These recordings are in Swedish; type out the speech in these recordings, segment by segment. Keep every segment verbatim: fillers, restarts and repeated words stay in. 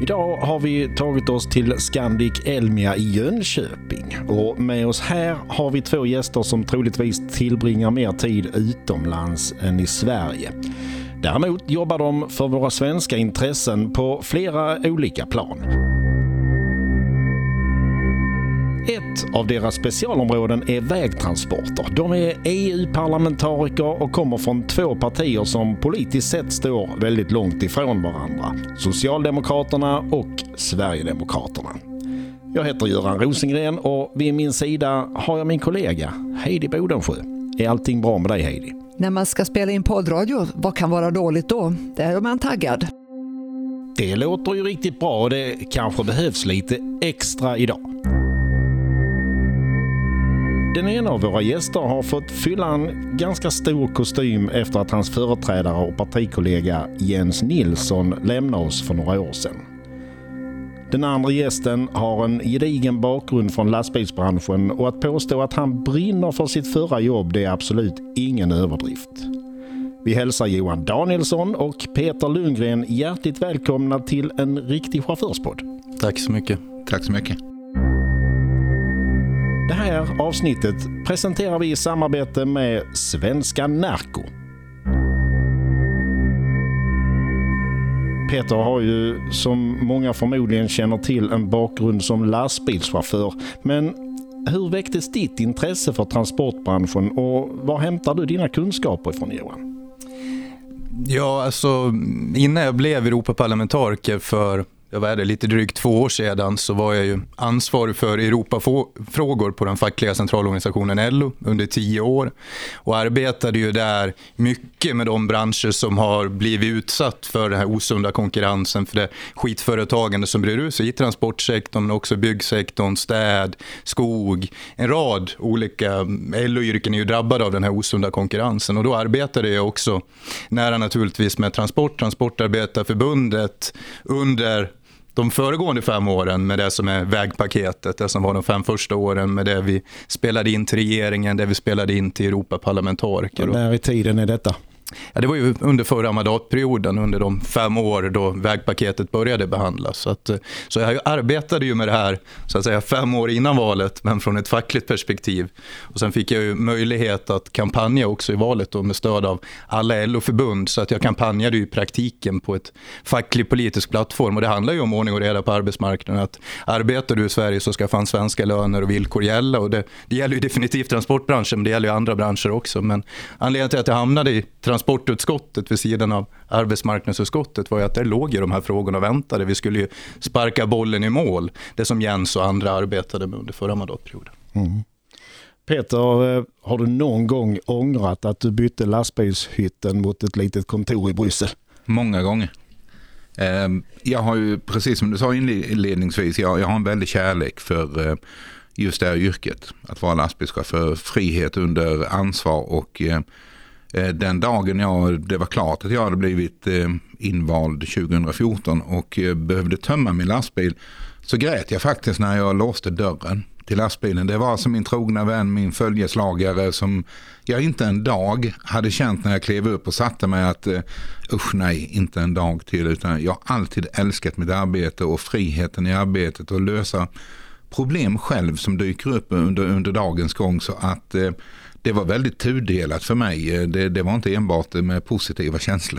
Idag har vi tagit oss till Scandic Elmia i Jönköping och med oss här har vi två gäster som troligtvis tillbringar mer tid utomlands än i Sverige. Däremot jobbar de för våra svenska intressen på flera olika plan. Ett av deras specialområden är vägtransporter. De är E U-parlamentariker och kommer från två partier som politiskt sett står väldigt långt ifrån varandra. Socialdemokraterna och Sverigedemokraterna. Jag heter Göran Rosengren och vid min sida har jag min kollega Heidi Bodensjö. Är allting bra med dig, Heidi? När man ska spela in poddradio, vad kan vara dåligt då? Där är man taggad. Det låter ju riktigt bra och det kanske behövs lite extra idag. Den ena av våra gäster har fått fylla en ganska stor kostym efter att hans företrädare och partikollega Jens Nilsson lämnade oss för några år sedan. Den andra gästen har en gedigen bakgrund från lastbilsbranschen och att påstå att han brinner för sitt förra jobb, det är absolut ingen överdrift. Vi hälsar Johan Danielsson och Peter Lundgren hjärtligt välkomna till en riktig chaufförspodd. Tack så mycket. Tack så mycket. Det här avsnittet presenterar vi i samarbete med Svenska Närko. Peter har ju, som många förmodligen känner till, en bakgrund som lastbilschaufför. Men hur väcktes ditt intresse för transportbranschen och var hämtar du dina kunskaper ifrån, Johan? Ja, alltså innan jag blev Europaparlamentariker för jag var det lite drygt två år sedan så var jag ju ansvarig för Europafrågor på den fackliga centralorganisationen L O under tio år och arbetade ju där mycket med de branscher som har blivit utsatt för den här osunda konkurrensen, för det skitföretagande som bryr ut sig i transportsektorn men också byggsektorn, städ, skog, en rad olika L O-yrken är ju drabbade av den här osunda konkurrensen och då arbetade jag också nära naturligtvis med Transport, Transportarbetarförbundet under de föregående fem åren med det som är vägpaketet, det som var de fem första åren med det vi spelade in till regeringen, det vi spelade in till Europaparlamentariker. När i tiden är detta? Ja, det var ju under förra mandatperioden, under de fem år då vägpaketet började behandlas. Så, att, så jag arbetade ju med det här så att säga fem år innan valet, men från ett fackligt perspektiv. Och sen fick jag ju möjlighet att kampanja också i valet då, med stöd av alla L O-förbund. Så att jag kampanjade ju i praktiken på ett facklig politisk plattform. Och det handlar ju om ordning och reda på arbetsmarknaden. Att arbetar du i Sverige så ska fan svenska löner och villkor gälla. Och det, det gäller ju definitivt transportbranschen, men det gäller ju andra branscher också. Men anledningen till att jag hamnade i transportutskottet vid sidan av arbetsmarknadsutskottet var ju att där låg ju de här frågorna och väntade. Vi skulle ju sparka bollen i mål. Det som Jens och andra arbetade med under förra mandatperioden. Mm. Peter, har du någon gång ångrat att du bytte lastbilshytten mot ett litet kontor i Bryssel? Många gånger. Jag har ju, precis som du sa inledningsvis, jag, jag har en väldigt kärlek för just det här yrket. Att vara lastbilschaufför, frihet under ansvar och den dagen jag, det var klart att jag hade blivit invald tjugo fjorton och behövde tömma min lastbil så grät jag faktiskt när jag låste dörren till lastbilen. Det var som min trogna vän, min följeslagare som jag inte en dag hade känt när jag klev upp och satte mig att usch nej, inte en dag till, utan jag har alltid älskat mitt arbete och friheten i arbetet och lösa problem själv som dyker upp under, under dagens gång, så att eh, det var väldigt tudelat för mig. Det, det var inte enbart med positiva känslor.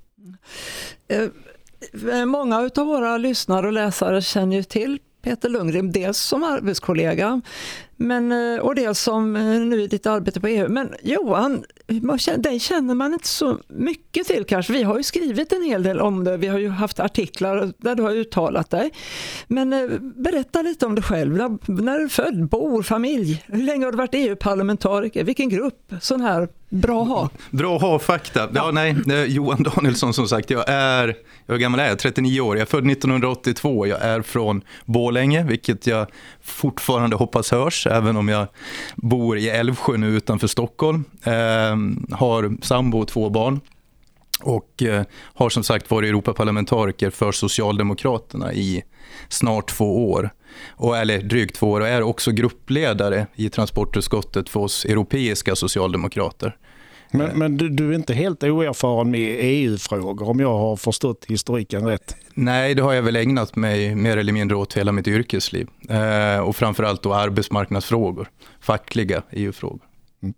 Eh, många av våra lyssnare och läsare känner ju till Peter Lundgren, dels som arbetskollega men, och dels som nu i ditt arbete på E U. Men Johan, dig känner man inte så mycket till kanske. Vi har ju skrivit en hel del om det. Vi har ju haft artiklar där du har uttalat dig. Men berätta lite om dig själv. När du är född, bor, familj. Hur länge har du varit E U-parlamentariker? Vilken grupp? Sån här bra ha. Bra ha fakta. Ja, ja nej, Johan Danielsson som sagt. Jag är, jag är gammal är jag, trettionio år. Jag är född nittonhundraåttiotvå. Jag är från Borlänge, vilket jag fortfarande hoppas hörs. Även om jag bor i Älvsjö nu utanför Stockholm. Eh, har sambo och två barn. Och eh, har som sagt varit Europaparlamentariker för Socialdemokraterna i snart två år. Och, eller drygt två år. Och är också gruppledare i transportutskottet för oss europeiska socialdemokrater. Men, men du, du är inte helt oerfaren med E U-frågor om jag har förstått historiken rätt? Nej, det har jag väl ägnat mig mer eller mindre åt hela mitt yrkesliv. Eh, och framförallt då arbetsmarknadsfrågor, fackliga E U-frågor. Mm.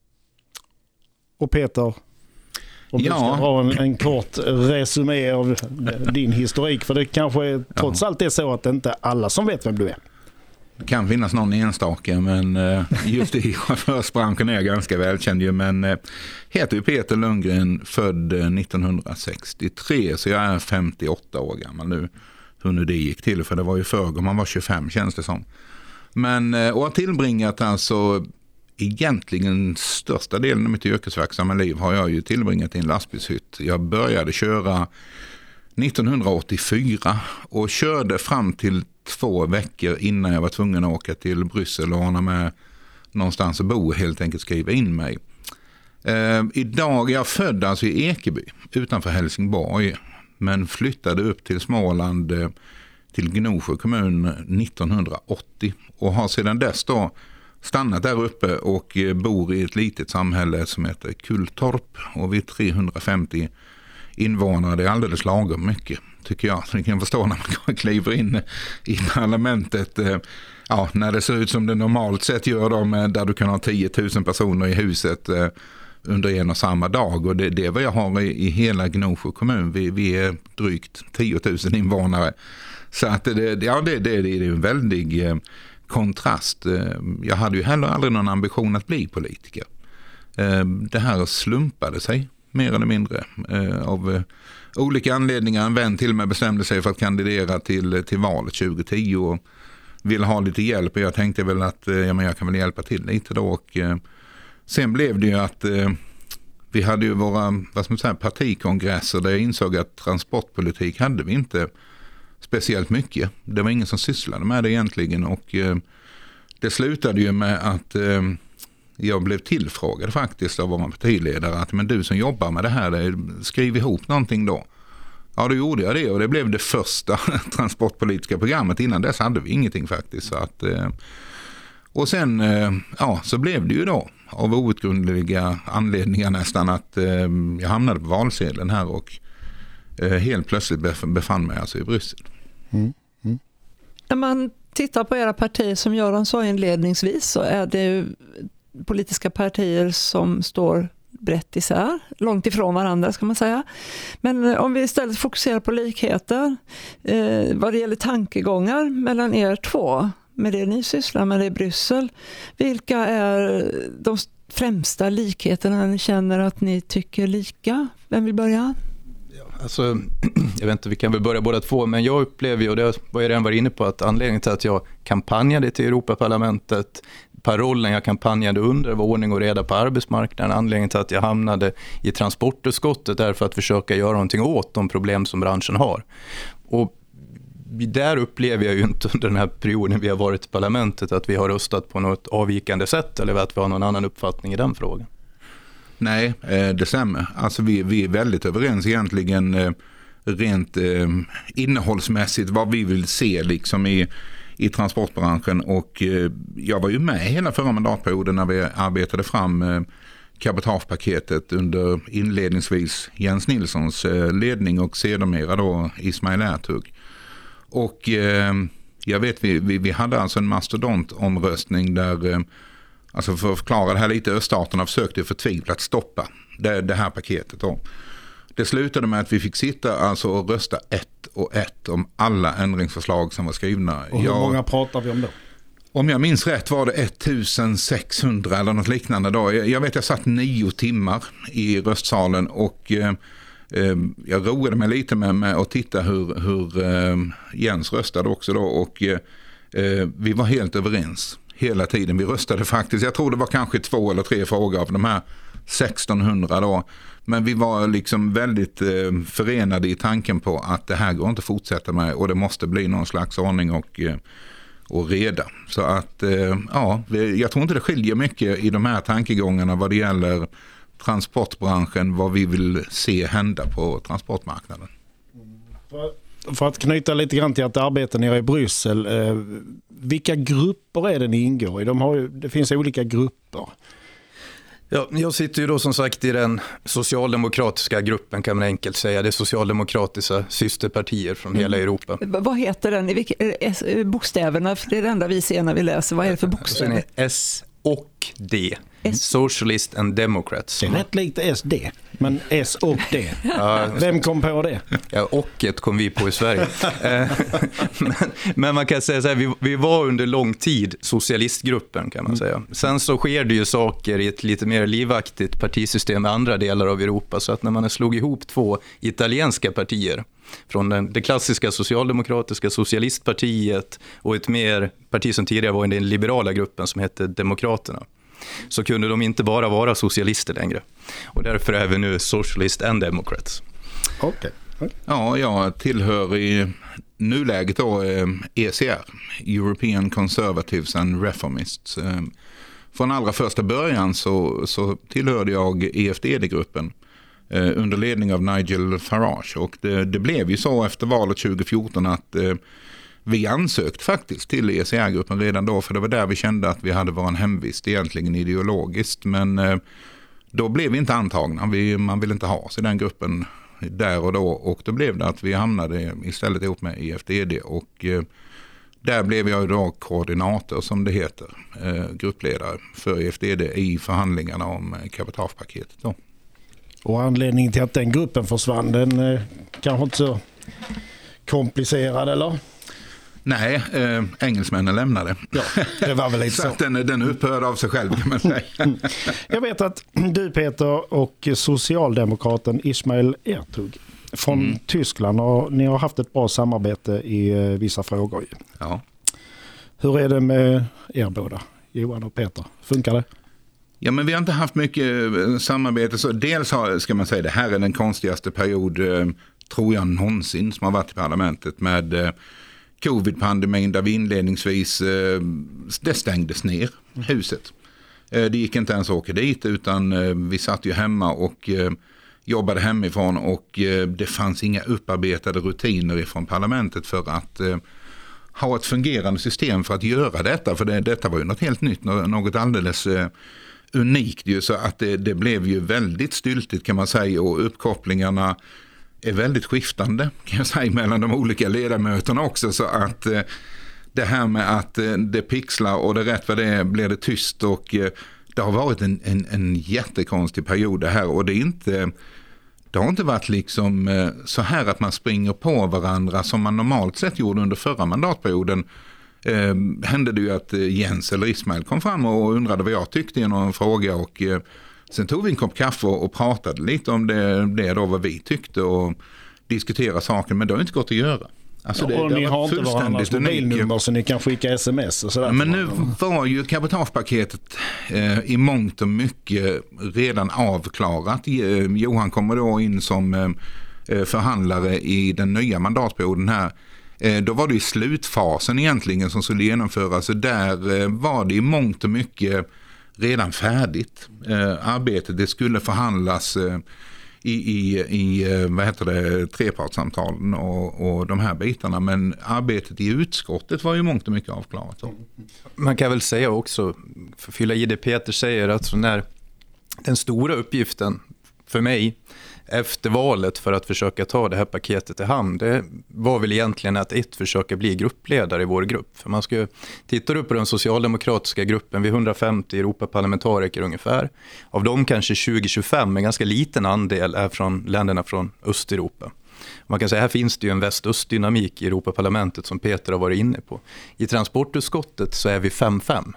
Och Peter, om ja. du ska dra en, en kort resumé av din historik, för det kanske är, trots ja. allt är så att det inte är alla som vet vem du är. Det kan finnas någon enstaka, men just i chaufförsbranschen är jag ganska välkänd ju, men heter ju Peter Lundgren, född nittonhundrasextiotre, så jag är femtioåtta år gammal nu. Hur nu det gick till, för det var ju förr man var tjugofem känns det som. Men, och har tillbringat alltså egentligen största delen av mitt yrkesverksamma liv har jag ju tillbringat i en lastbilshytt. Jag började köra nittonhundraåttiofyra och körde fram till två veckor innan jag var tvungen att åka till Bryssel och ordna med någonstans att bo och helt enkelt skriva in mig. Eh, idag är jag född alltså i Ekeby utanför Helsingborg, men flyttade upp till Småland eh, till Gnosjö kommun nittonhundraåttio och har sedan dess då stannat där uppe och eh, bor i ett litet samhälle som heter Kulltorp, och vi är trehundrafemtio invånare. Det är alldeles lagom mycket, tycker jag. Så ni kan förstå när man kliver in i parlamentet, ja, när det ser ut som det normalt sett gör de, där du kan ha tio tusen personer i huset under en och samma dag. Och det, det är vad jag har i, i hela Gnosjö kommun. Vi, vi är drygt tio tusen invånare. Så att det, ja, det, det, det är en väldig kontrast. Jag hade ju heller aldrig någon ambition att bli politiker. Det här slumpade sig mer eller mindre eh, av eh, olika anledningar. En vän till mig bestämde sig för att kandidera till, till valet tjugohundratio och ville ha lite hjälp, och jag tänkte väl att eh, ja, men jag kan väl hjälpa till lite då. Och, eh, sen blev det ju att eh, vi hade ju våra vad ska man säga, partikongresser där jag insåg att transportpolitik hade vi inte speciellt mycket. Det var ingen som sysslade med det egentligen, och eh, det slutade ju med att eh, jag blev tillfrågad faktiskt av vår partiledare att men du som jobbar med det här, skriv ihop någonting då. Ja, då gjorde jag det, och det blev det första transportpolitiska programmet. Innan dess hade vi ingenting faktiskt. Så att, och sen ja, så blev det ju då av outgrundliga anledningar nästan att jag hamnade på valsedeln här och helt plötsligt befann mig alltså i Bryssel. Mm. Mm. När man tittar på era partier, som Göran sa inledningsvis, så är det ju politiska partier som står brett isär, långt ifrån varandra ska man säga. Men om vi istället fokuserar på likheter eh, vad det gäller tankegångar mellan er två, med det ni sysslar med i Bryssel, vilka är de främsta likheterna ni känner att ni tycker lika? Vem vill börja? Alltså, jag vet inte, vi kan väl börja båda två, men jag upplever ju, och det var jag redan varit inne på, att anledningen till att jag kampanjade till Europaparlamentet, parollen jag kampanjade under var ordning och reda på arbetsmarknaden. Anledningen till att jag hamnade i transportutskottet är för att försöka göra någonting åt de problem som branschen har. Och där upplever jag ju inte under den här perioden vi har varit i parlamentet att vi har röstat på något avvikande sätt eller att vi har någon annan uppfattning i den frågan. Nej, det stämmer. Alltså vi, vi är väldigt överens egentligen rent eh, innehållsmässigt vad vi vill se liksom i, i transportbranschen, och eh, jag var ju med hela förra mandatperioden när vi arbetade fram eh, cabotagepaketet under inledningsvis Jens Nilssons eh, ledning och sedermera då Ismail Ertug. Och eh, jag vet vi, vi, vi hade alltså en mastodontomröstning där eh, alltså för att förklara det här lite, öststaterna försökte förtvivlat stoppa det, det här paketet då. Det slutade med att vi fick sitta alltså och rösta ett och ett om alla ändringsförslag som var skrivna. Och hur jag, många pratar vi om då? Om jag minns rätt var det sextonhundra eller något liknande då. Jag, jag vet jag satt nio timmar i röstsalen och eh, eh, jag roade mig lite med, med att titta hur, hur eh, Jens röstade också då, och eh, vi var helt överens hela tiden. Vi röstade faktiskt, jag tror det var kanske två eller tre frågor av de här sextonhundra då. Men vi var liksom väldigt eh, förenade i tanken på att det här går inte att fortsätta med och det måste bli någon slags ordning och, eh, och reda. Så att eh, ja, vi, jag tror inte det skiljer mycket i de här tankegångarna vad det gäller transportbranschen, vad vi vill se hända på transportmarknaden. För, för att knyta lite grann till att arbeta nere i Bryssel, eh, vilka grupper är det ni ingår i? De har ju, det finns olika grupper. Ja, jag sitter ju då som sagt i den socialdemokratiska gruppen, kan man enkelt säga. Det är socialdemokratiska systerpartier från mm. hela Europa. V- vad heter den? I vilka, S, bokstäverna, för det är det enda vi ser när vi läser. Vad är det för bokstäver? Alltså, det är S och D. S. Socialist and Democrats. Det är rätt likt S D, men S och D. Ja. Vem kom på det? Ja, och ett kom vi på i Sverige. men, men man kan säga så här, vi, vi var under lång tid socialistgruppen, kan man säga. Sen så sker det ju saker i ett lite mer livaktigt partisystem i andra delar av Europa. Så att när man slog ihop två italienska partier, från den, det klassiska socialdemokratiska socialistpartiet och ett mer parti som tidigare var i den liberala gruppen som hette Demokraterna, så kunde de inte bara vara socialister längre. Och därför är vi nu Socialist and Democrats. Okej. Okay. Okay. Ja, jag tillhör i nuläget då E C R, European Conservatives and Reformists. Från allra första början så, så tillhörde jag E F D D-gruppen under ledning av Nigel Farage. Och det, det blev ju så efter valet tjugo fjorton att eh, vi ansökt faktiskt till E C R-gruppen redan då, för det var där vi kände att vi hade vår hemvist egentligen ideologiskt. Men eh, då blev vi inte antagna. Vi, man ville inte ha oss i den gruppen där och då. Och då blev det att vi hamnade istället ihop med E F D D. Och eh, där blev jag då koordinator, som det heter, eh, gruppledare för E F D D i förhandlingarna om cabotagepaketet då. Och anledningen till att den gruppen försvann, den eh, kanske inte så komplicerad, eller? Nej, eh, engelsmännen lämnade. Ja, det var väl lite så. Så att den, den upphörde av sig själv, kan man säga. Jag vet att du, Peter, och socialdemokraten Ismail Ertug från mm. Tyskland, och ni har haft ett bra samarbete i eh, vissa frågor. Ja. Hur är det med er båda, Johan och Peter? Funkar det? Ja, men vi har inte haft mycket samarbete. Så dels har, ska man säga, det här är den konstigaste period, eh, tror jag, någonsin som har varit i parlamentet med eh, covid-pandemin, där vi inledningsvis, eh, det stängdes ner, huset. Eh, det gick inte ens att åka dit, utan eh, vi satt ju hemma och eh, jobbade hemifrån, och eh, det fanns inga upparbetade rutiner ifrån parlamentet för att eh, ha ett fungerande system för att göra detta. För det, detta var ju något helt nytt, något alldeles eh, unikt ju, så att det, det blev ju väldigt styltigt, kan man säga, och uppkopplingarna är väldigt skiftande, kan jag säga, mellan de olika ledamöterna också, så att eh, det här med att eh, det pixlar och det rätt vad det är blir det tyst, och eh, det har varit en, en, en jättekonstig period det här, och det är inte det har inte varit liksom eh, så här att man springer på varandra som man normalt sett gjorde under förra mandatperioden. Eh, hände det ju att Jens eller Ismail kom fram och undrade vad jag tyckte i någon fråga, och eh, sen tog vi en kopp kaffe och, och pratade lite om det, det då, vad vi tyckte, och diskutera saken, men det har inte gått att göra. Alltså det, och det ni har har inte varandras mobilnummer så ni kan skicka sms och sådär. Men nu var ju cabotagepaketet eh, i mångt och mycket redan avklarat. Eh, Johan kommer då in som eh, förhandlare i den nya mandatperioden här. Eh, då var det i slutfasen egentligen som skulle genomföras, så där eh, var det i mångt och mycket redan färdigt. Eh, arbetet, det skulle förhandlas eh, i, i, i vad heter det, trepartssamtalen och, och de här bitarna, men arbetet i utskottet var ju mångt och mycket avklarat. Så. Man kan väl säga också, för att fylla i det Peter säger, att så när den stora uppgiften för mig efter valet för att försöka ta det här paketet i hamn, det var väl egentligen att ett försöka bli gruppledare i vår grupp. För man ska ju, tittar upp på den socialdemokratiska gruppen, vi är hundrafemtio Europaparlamentariker ungefär. Av dem kanske tjugo till tjugofem, en ganska liten andel, är från länderna från Östeuropa. Man kan säga här finns det ju en väst-öst-dynamik i Europaparlamentet som Peter har varit inne på. I transportutskottet så är vi fem fem.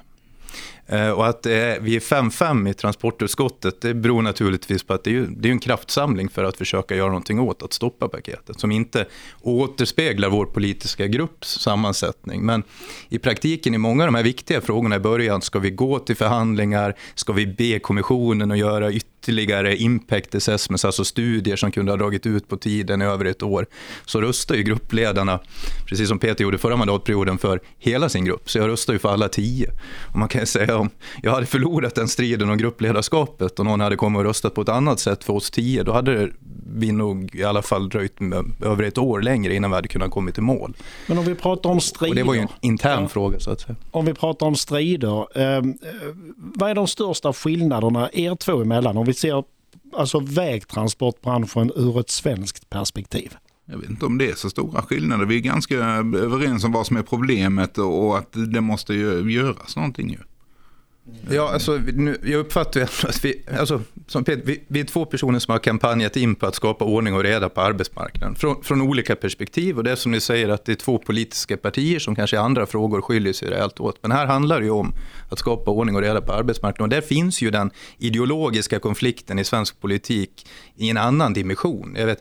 Och att vi är fem fem i transportutskottet, det beror naturligtvis på att det är, ju, det är en kraftsamling för att försöka göra någonting åt att stoppa paketet, som inte återspeglar vår politiska grupps sammansättning. Men i praktiken i många av de här viktiga frågorna i början, ska vi gå till förhandlingar, ska vi be kommissionen att göra ytterligare impact assessments, alltså studier som kunde ha dragit ut på tiden i över ett år, så röstar ju gruppledarna, precis som Peter gjorde förra mandatperioden, för hela sin grupp. Så jag röstar ju för alla tio. Och man kan säga säga, om jag hade förlorat den striden om gruppledarskapet och någon hade kommit och röstat på ett annat sätt för oss tio, då hade vi nog i alla fall dröjt med, över ett år längre innan vi hade kunnat komma till mål. Men om vi pratar om strider... Och det var ju en intern ja, fråga så att säga. Om vi pratar om strider, eh, vad är de största skillnaderna er två emellan? Om vi ser alltså vägtransportbranschen ur ett svenskt perspektiv. Jag vet inte om det är så stora skillnader. Vi är ganska överens om vad som är problemet och att det måste ju göras någonting ju. Ja, alltså, nu, jag uppfattar ju att vi, alltså, som Peter, vi, vi är två personer som har kampanjat in på att skapa ordning och reda på arbetsmarknaden. Från, från olika perspektiv, och det är som ni säger att det är två politiska partier som kanske i andra frågor skiljer sig rejält åt. Men här handlar det ju om att skapa ordning och reda på arbetsmarknaden. Och där finns ju den ideologiska konflikten i svensk politik i en annan dimension. Jag vet...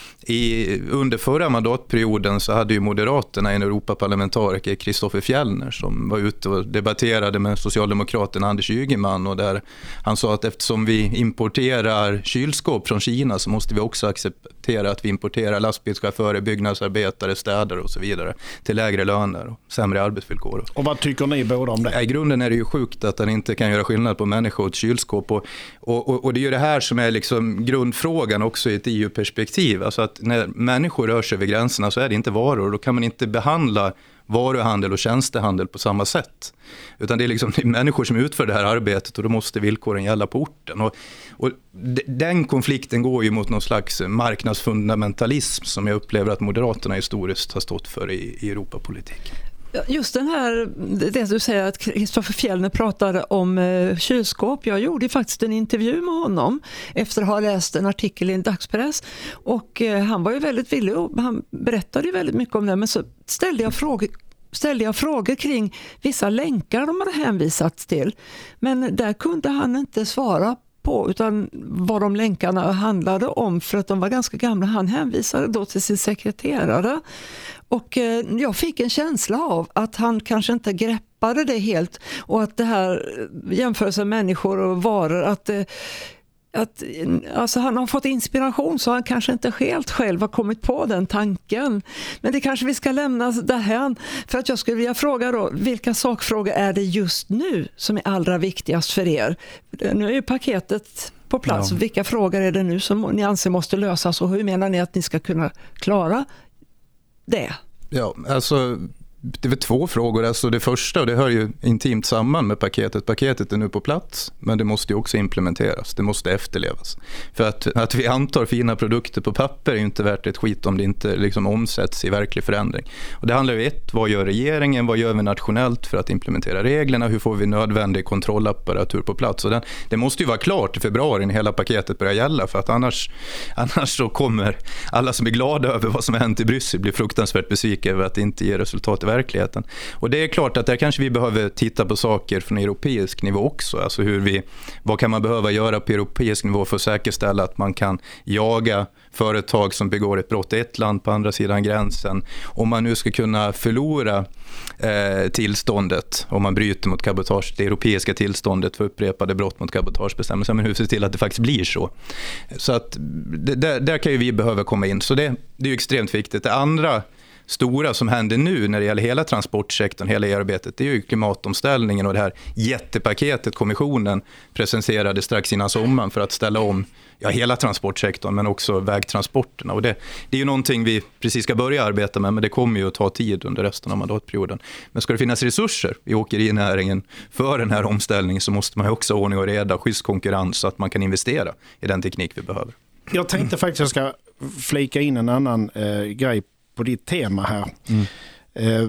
I, under förra mandatperioden så hade ju Moderaterna en Europaparlamentariker, Kristoffer Fjellner, som var ute och debatterade med Socialdemokraterna Anders Ygeman, och där han sa att eftersom vi importerar kylskåp från Kina så måste vi också acceptera att vi importerar lastbilschaufförer, byggnadsarbetare, städare och så vidare till lägre löner och sämre arbetsvillkor. Och vad tycker ni båda om det? I grunden är det ju sjukt att han inte kan göra skillnad på människor och ett kylskåp, och, och, och det är ju det här som är liksom grundfrågan också i ett E U-perspektiv, alltså att när människor rör sig över gränserna så är det inte varor. Då kan man inte behandla varuhandel och tjänstehandel på samma sätt. Utan det är liksom det är människor som utför det här arbetet, och då måste villkoren gälla på orten. Och, och d- den konflikten går ju mot någon slags marknadsfundamentalism som jag upplever att Moderaterna historiskt har stått för i, i Europapolitik. Just den här, det du säger att Kristoffer Fjellner pratade om eh, kylskåp. Jag gjorde faktiskt en intervju med honom efter att ha läst en artikel i en dagspress. Och eh, han var ju väldigt villig och han berättade ju väldigt mycket om det. Men så ställde jag frågor, ställde jag frågor kring vissa länkar de hade hänvisat till. Men där kunde han inte svara på, utan vad de länkarna handlade om, för att de var ganska gamla. Han hänvisade då till sin sekreterare. Och eh, jag fick en känsla av att han kanske inte greppade det helt, och att det här jämförelsen människor och varor, att, eh, att alltså han har fått inspiration så han kanske inte helt själv har kommit på den tanken. Men det kanske vi ska lämna därhän, för att jag skulle vilja fråga då, vilka sakfrågor är det just nu som är allra viktigast för er? Nu är ju paketet på plats. Ja. Vilka frågor är det nu som ni anser måste lösas, och hur menar ni att ni ska kunna klara det? Ja, alltså det är väl två frågor. Alltså det första, och det hör ju intimt samman med paketet. Paketet är nu på plats, men det måste ju också implementeras. Det måste efterlevas. För att, att vi antar fina produkter på papper är ju inte värt ett skit om det inte liksom omsätts i verklig förändring. Och det handlar ju ett, vad gör regeringen? Vad gör vi nationellt för att implementera reglerna? Hur får vi nödvändig kontrollapparatur på plats? Och den, det måste ju vara klart i februari när hela paketet börjar gälla, för att annars, annars så kommer alla som är glada över vad som har hänt i Bryssel bli fruktansvärt besvikna över att det inte ger resultat i verkligheten. Och det är klart att där kanske vi behöver titta på saker från europeisk nivå också. Alltså hur vi, vad kan man behöva göra på europeisk nivå för att säkerställa att man kan jaga företag som begår ett brott i ett land på andra sidan gränsen. Om man nu ska kunna förlora eh, tillståndet, om man bryter mot cabotage, det europeiska tillståndet för upprepade brott mot cabotagebestämmelser, men hur ser till att det faktiskt blir så. Så att det, där, där kan ju vi behöva komma in. Så det, det är ju extremt viktigt. Det andra stora som händer nu när det gäller hela transportsektorn, hela arbetet, det är ju klimatomställningen och det här jättepaketet kommissionen presenterade strax innan sommaren för att ställa om ja, hela transportsektorn, men också vägtransporterna. Och det, det är ju någonting vi precis ska börja arbeta med, men det kommer ju att ta tid under resten av mandatperioden. Men ska det finnas resurser i åkerinäringen för den här omställningen, så måste man ju också ha ordning och reda, schysst konkurrens, så att man kan investera i den teknik vi behöver. Jag tänkte faktiskt att jag ska flika in en annan eh, grej på ditt tema här. Mm. Eh,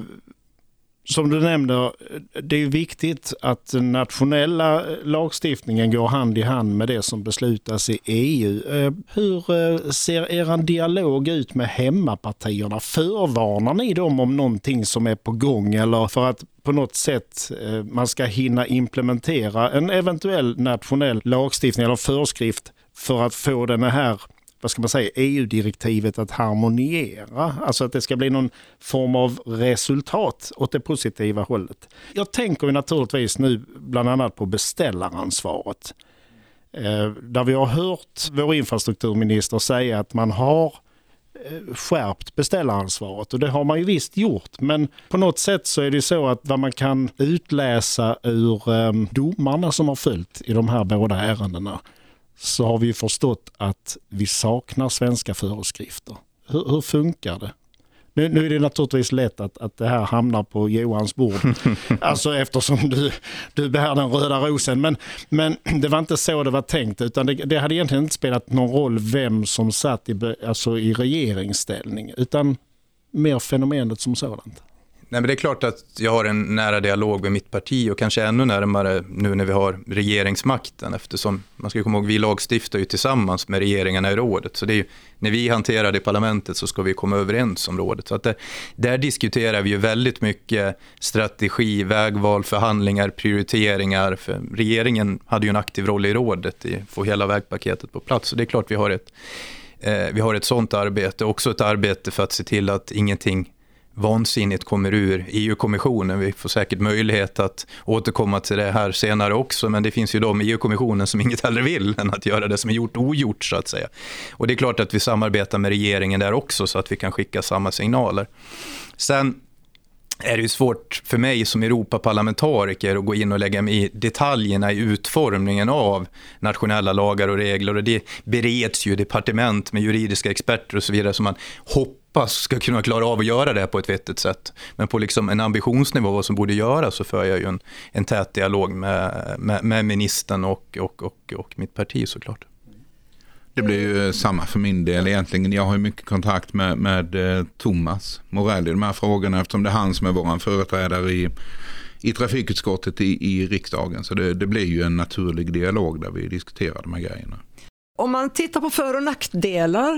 som du nämnde, det är viktigt att den nationella lagstiftningen går hand i hand med det som beslutas i E U. Eh, hur eh, ser er dialog ut med hemmapartierna? Förvarnar ni dem om någonting som är på gång, eller för att på något sätt eh, man ska hinna implementera en eventuell nationell lagstiftning eller föreskrift för att få den här, vad ska man säga, E U-direktivet att harmoniera? Alltså att det ska bli någon form av resultat åt det positiva hållet. Jag tänker ju naturligtvis nu bland annat på beställaransvaret. Eh, där vi har hört vår infrastrukturminister säga att man har skärpt beställaransvaret, och det har man ju visst gjort, men på något sätt så är det så att vad man kan utläsa ur um, domarna som har följt i de här båda ärendena, så har vi ju förstått att vi saknar svenska föreskrifter. Hur, hur funkar det? Nu, nu är det naturligtvis lätt att, att det här hamnar på Johans bord, alltså eftersom du, du bär den röda rosen. Men, men det var inte så det var tänkt, utan det, det hade egentligen inte spelat någon roll vem som satt i, alltså i regeringsställning, utan mer fenomenet som sådant. Nej, men det är klart att jag har en nära dialog med mitt parti, och kanske ännu närmare nu när vi har regeringsmakten, eftersom man ska komma ihåg, vi lagstiftar ju tillsammans med regeringarna i rådet, så det är ju, när vi hanterar det i parlamentet så ska vi komma överens om rådet, så att det, där diskuterar vi ju väldigt mycket strategi, vägval, förhandlingar, prioriteringar, för regeringen hade ju en aktiv roll i rådet i att få hela vägpaketet på plats, så det är klart vi har ett, eh, vi har ett sånt arbete, också ett arbete för att se till att ingenting vansinnigt kommer ur E U-kommissionen. Vi får säkert möjlighet att återkomma till det här senare också, men det finns ju de i E U-kommissionen som inget hellre vill än att göra det som är gjort ogjort, så att säga. Och det är klart att vi samarbetar med regeringen där också, så att vi kan skicka samma signaler. Sen är det ju svårt för mig som Europaparlamentariker att gå in och lägga mig i detaljerna i utformningen av nationella lagar och regler, och det bereds ju departement med juridiska experter och så vidare, som man hoppas ska kunna klara av att göra det på ett vettigt sätt. Men på liksom en ambitionsnivå vad som borde göras, så för jag ju en, en tät dialog med, med, med ministern och, och, och, och mitt parti såklart. Det blir ju samma för min del egentligen. Jag har ju mycket kontakt med, med Thomas Morell i de här frågorna, eftersom det är han som är vår företrädare i, i trafikutskottet i, i riksdagen. Så det, det blir ju en naturlig dialog där vi diskuterar de här grejerna. Om man tittar på för- och nackdelar,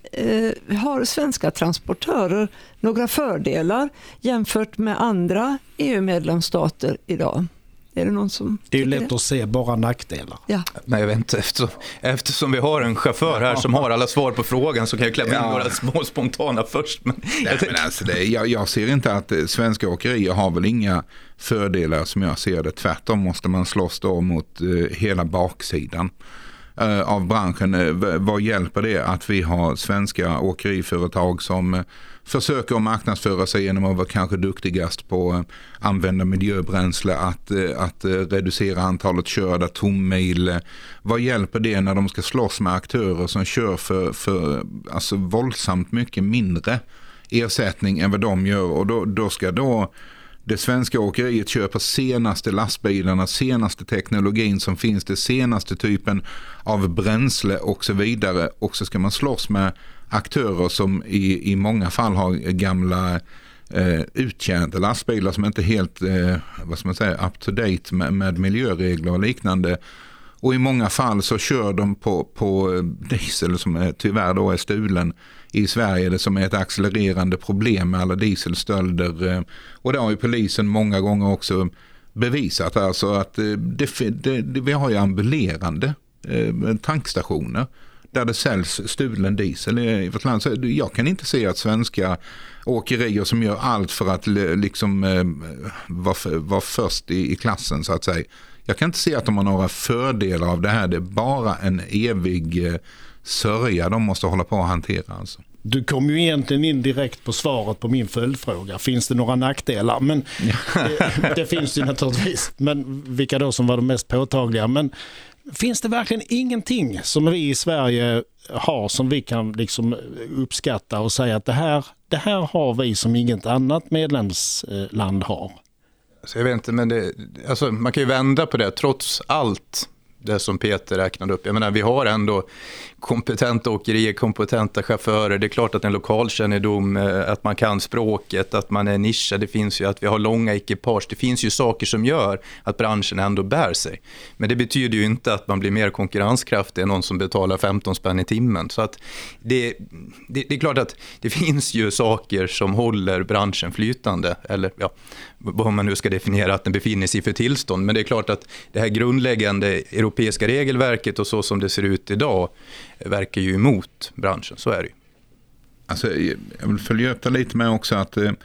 eh, har svenska transportörer några fördelar jämfört med andra E U-medlemsstater idag? Är det någon som det är ju lätt det? Att se bara nackdelar. Ja. Nej, jag vet inte. Eftersom, eftersom vi har en chaufför här som har alla svar på frågan, så kan jag klämma in ja. några små spontana först. Men, Nej, jag, men alltså det, jag, jag ser inte att svenska åkerier har väl inga fördelar som jag ser det. Tvärtom måste man slåss då mot uh, hela baksidan uh, av branschen. Uh, vad hjälper det att vi har svenska åkeriföretag som uh, försöker att marknadsföra sig genom att vara kanske duktigast på att använda miljöbränsle, att, att reducera antalet körda tommil. Vad hjälper det när de ska slåss med aktörer som kör för, för alltså våldsamt mycket mindre ersättning än vad de gör? Och då, då ska då det svenska åkeriet köpa senaste lastbilarna, senaste teknologin som finns, det senaste typen av bränsle och så vidare. Och så ska man slåss med aktörer som i, i många fall har gamla eh, uttjänta lastbilar som inte är helt eh, vad ska man säga, up to date med, med miljöregler och liknande. Och i många fall så kör de på, på diesel som är, tyvärr då är stulen i Sverige, det som är ett accelererande problem med alla dieselstölder. Och det har ju polisen många gånger också bevisat, alltså att det, det, det, vi har ju ambulerande eh, tankstationer där det säljs stulen diesel i vårt land. Så jag kan inte se att svenska åkerier som gör allt för att liksom eh, vara, vara först i, i klassen så att säga. Jag kan inte se att de har några fördelar av det här. Det är bara en evig eh, sörja de måste hålla på att hantera. Alltså. Du kom ju egentligen in direkt på svaret på min följdfråga. Finns det några nackdelar? Men det, det finns ju naturligtvis. Men vilka då som var de mest påtagliga? Men finns det verkligen ingenting som vi i Sverige har som vi kan liksom uppskatta och säga att det här, det här har vi som inget annat medlemsland har? Så jag vet inte, men det, alltså man kan ju vända på det trots allt det som Peter räknade upp. Jag menar, vi har ändå kompetenta åkerier, kompetenta chaufförer. Det är klart att en lokalkännedom, att man kan språket, att man är nischad. Det finns ju att vi har långa ekipage. Det finns ju saker som gör att branschen ändå bär sig. Men det betyder ju inte att man blir mer konkurrenskraftig än någon som betalar femton spänn i timmen. Så att det, det, det är klart att det finns ju saker som håller branschen flytande. Eller ja, vad man nu ska definiera att den befinner sig i för tillstånd. Men det är klart att det här grundläggande europeiska regelverket och så som det ser ut idag verkar ju emot branschen, så är det ju. Alltså, jag vill följa upp det lite med också att eh,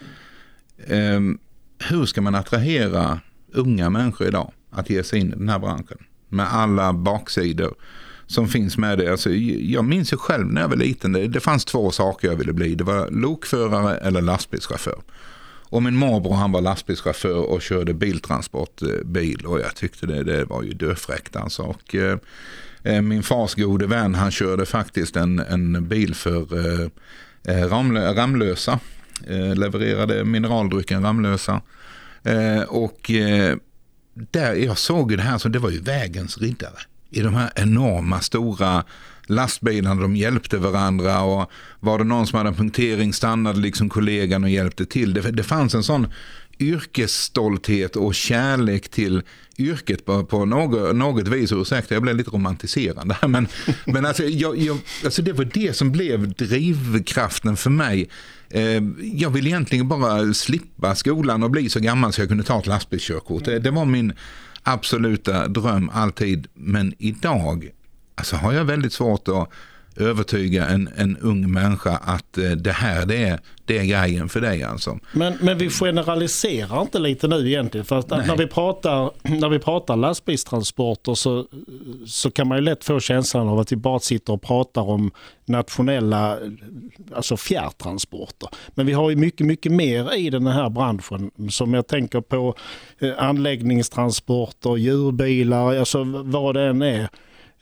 eh, hur ska man attrahera unga människor idag att ge sig in i den här branschen med alla baksidor som finns med det. Alltså, jag minns ju själv när jag var liten, det, det fanns två saker jag ville bli. Det var lokförare eller lastbilschaufför. Och min morbror, han var lastbilschaufför och körde biltransportbil, och jag tyckte det, det var ju döfräckt alltså. Och eh, min fars gode vän, han körde faktiskt en, en bil för eh, Ramlö, Ramlösa, eh, levererade mineraldrycken Ramlösa. Eh, och eh, där jag såg det här, så det var ju vägens riddare i de här enorma stora lastbilarna. De hjälpte varandra, och var det någon som hade en punktering stannade liksom kollegan och hjälpte till. Det, det fanns en sån yrkesstolthet och kärlek till yrket på, på något, något vis. Ursäkta, jag blev lite romantiserande. Men, men alltså, jag, jag, alltså det var det som blev drivkraften för mig. Eh, jag ville egentligen bara slippa skolan och bli så gammal så jag kunde ta ett lastbilskörkort. Det, det var min absoluta dröm alltid. Men idag alltså, har jag väldigt svårt att övertyga en, en ung människa att eh, det här det är, det är grejen för dig alltså. Men, men vi generaliserar inte lite nu egentligen, för att när vi pratar, när vi pratar lastbilstransporter så, så kan man ju lätt få känslan av att vi bara sitter och pratar om nationella, alltså fjärrtransporter. Men vi har ju mycket, mycket mer i den här branschen, som jag tänker på eh, anläggningstransporter, djurbilar, alltså vad det än är.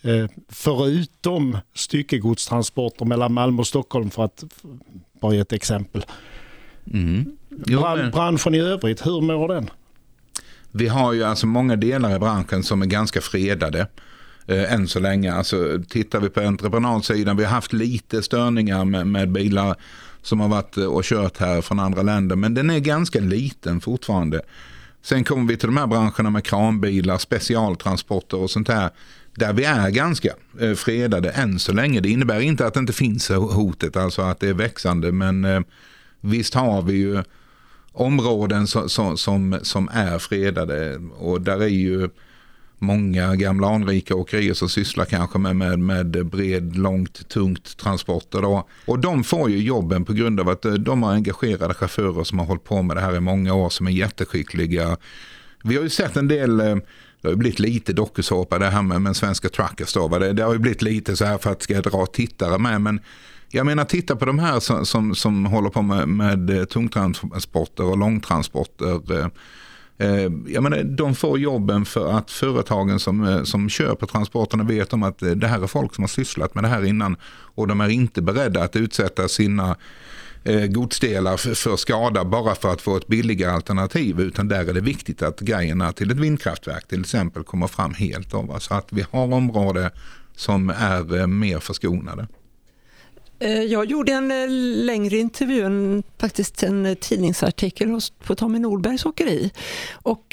Förutom styckegodstransporter mellan Malmö och Stockholm, för att bara ge ett exempel. Mm. Jo, Bran- branschen i övrigt, hur mår den? Vi har ju alltså många delar i branschen som är ganska fredade eh, än så länge. Alltså, tittar vi på entreprenadsidan, vi har haft lite störningar med, med bilar som har varit och kört här från andra länder, men den är ganska liten fortfarande. Sen kommer vi till de här branscherna med kranbilar, specialtransporter och sånt här, där vi är ganska eh, fredade än så länge. Det innebär inte att det inte finns hotet, alltså att det är växande, men eh, visst har vi ju områden som, som, som, som är fredade, och där är ju många gamla anrika åkerier som sysslar kanske med, med, med bred, långt, tungt transporter då. Och de får ju jobben på grund av att de har engagerade chaufförer som har hållit på med det här i många år, som är jätteskickliga. Vi har ju sett en del, det har ju blivit lite dokusåpa det här med, med svenska truckers då. Det, det har ju blivit lite så här för att ska dra tittare med, men jag menar, titta på de här som, som, som håller på med, med tungtransporter och långtransporter. Jag menar, de får jobben för att företagen som, som kör på transporterna vet om att det här är folk som har sysslat med det här innan, och de är inte beredda att utsätta sina eh, godsdelar för, för skada bara för att få ett billigare alternativ, utan där är det viktigt att grejerna till ett vindkraftverk till exempel kommer fram helt av, så att vi har områden som är eh, mer förskonade. Jag gjorde en längre intervju, en, faktiskt en tidningsartikel hos, på Tommy Nordbergs åkeri. Och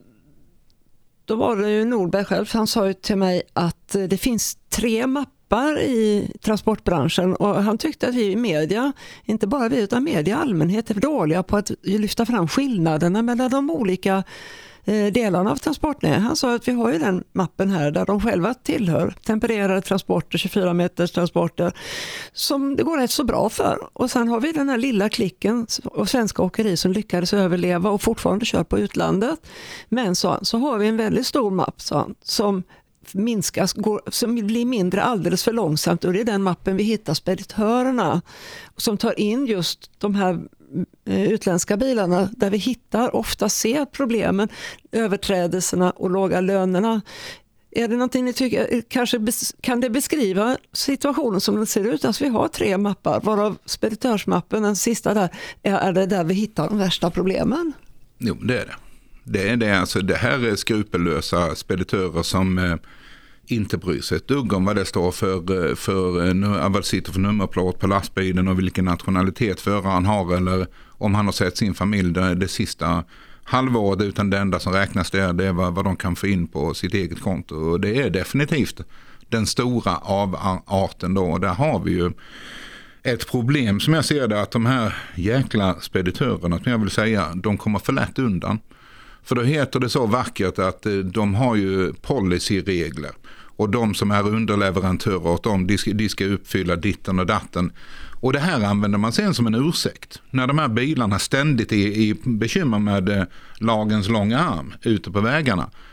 då var det ju Nordberg själv, han sa ju till mig att det finns tre mappar i transportbranschen, och han tyckte att vi i media, inte bara vi utan media i allmänhet, är för dåliga på att lyfta fram skillnaderna mellan de olika delarna av transportnätet. Han sa att vi har ju den mappen här där de själva tillhör, tempererade transporter, tjugofyra meters transporter, som det går rätt så bra för. Och sen har vi den här lilla klicken och svenska åkeri som lyckades överleva och fortfarande kör på utlandet. Men så, så har vi en väldigt stor mapp så, som minskas, går, som blir mindre alldeles för långsamt, och det är den mappen vi hittar speditörerna som tar in just de här utländska bilarna, där vi hittar ofta ser problemen, överträdelserna och låga lönerna. Är det någonting ni tycker, kanske kan det beskriva situationen som den ser ut? Alltså vi har tre mappar, varav speditörsmappen, den sista där, är det där vi hittar de värsta problemen? Jo, det är det. Det är det, alltså det här är skrupellösa speditörer som eh, inte bryr sig ett dugg om vad det står för, för eh, vad det sitter för nummerplåt på lastbilen och vilken nationalitet föraren har, eller om han har sett sin familj det, det sista halvåret, utan det enda som räknas det är, det är vad, vad de kan få in på sitt eget konto, och det är definitivt den stora avarten då, och där har vi ju ett problem som jag ser det, att de här jäkla speditörerna, som jag vill säga, de kommer för lätt undan. För då heter det så vackert att de har ju policyregler, och de som är underleverantörer åt dem, de ska, de ska uppfylla ditten och datten. Och det här använder man sen som en ursäkt. När de här bilarna ständigt är i bekymmer med lagens långa arm ute på vägarna,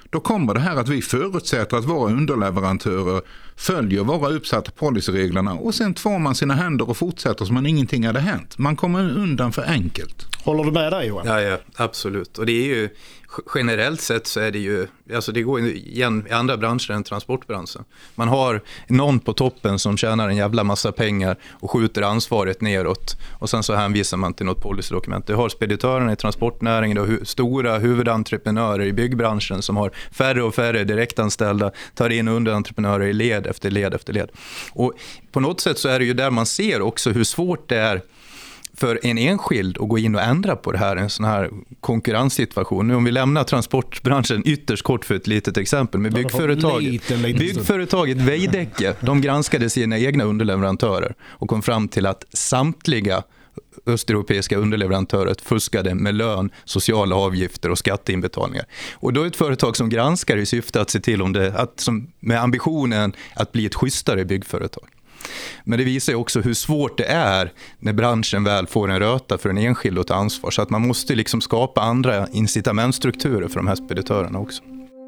då kommer det här att vi förutsätter att våra underleverantörer följer våra uppsatta policyreglerna och sen tvår man sina händer och fortsätter som om ingenting hade hänt. Man kommer undan för enkelt. Håller du med där, Johan? Ja, ja, absolut. Och det är ju generellt sett så är det ju, alltså det går igen i andra branscher än transportbranschen. Man har någon på toppen som tjänar en jävla massa pengar och skjuter ansvaret neråt och sen så hänvisar man till något policydokument. Du har speditörerna i transportnäringen och hu- stora huvudentreprenörer i byggbranschen som har färre och färre direktanställda, tar in underentreprenörer i led efter led efter led. Och på något sätt så är det ju där man ser också hur svårt det är för en enskild att gå in och ändra på det här, en sån här konkurrenssituation. Nu om vi lämnar transportbranschen ytterst kort för ett litet exempel med byggföretaget. Lite, lite byggföretaget Veidekke, de granskade sina egna underleverantörer och kom fram till att samtliga östeuropeiska underleverantörer fuskade med lön, sociala avgifter och skatteinbetalningar. Och då är ett företag som granskar i syfte att se till om det, att, som, med ambitionen att bli ett schysstare byggföretag. Men det visar också hur svårt det är när branschen väl får en röta för en enskild att ta ansvar. Så att man måste liksom skapa andra incitamentstrukturer för de här speditörerna också.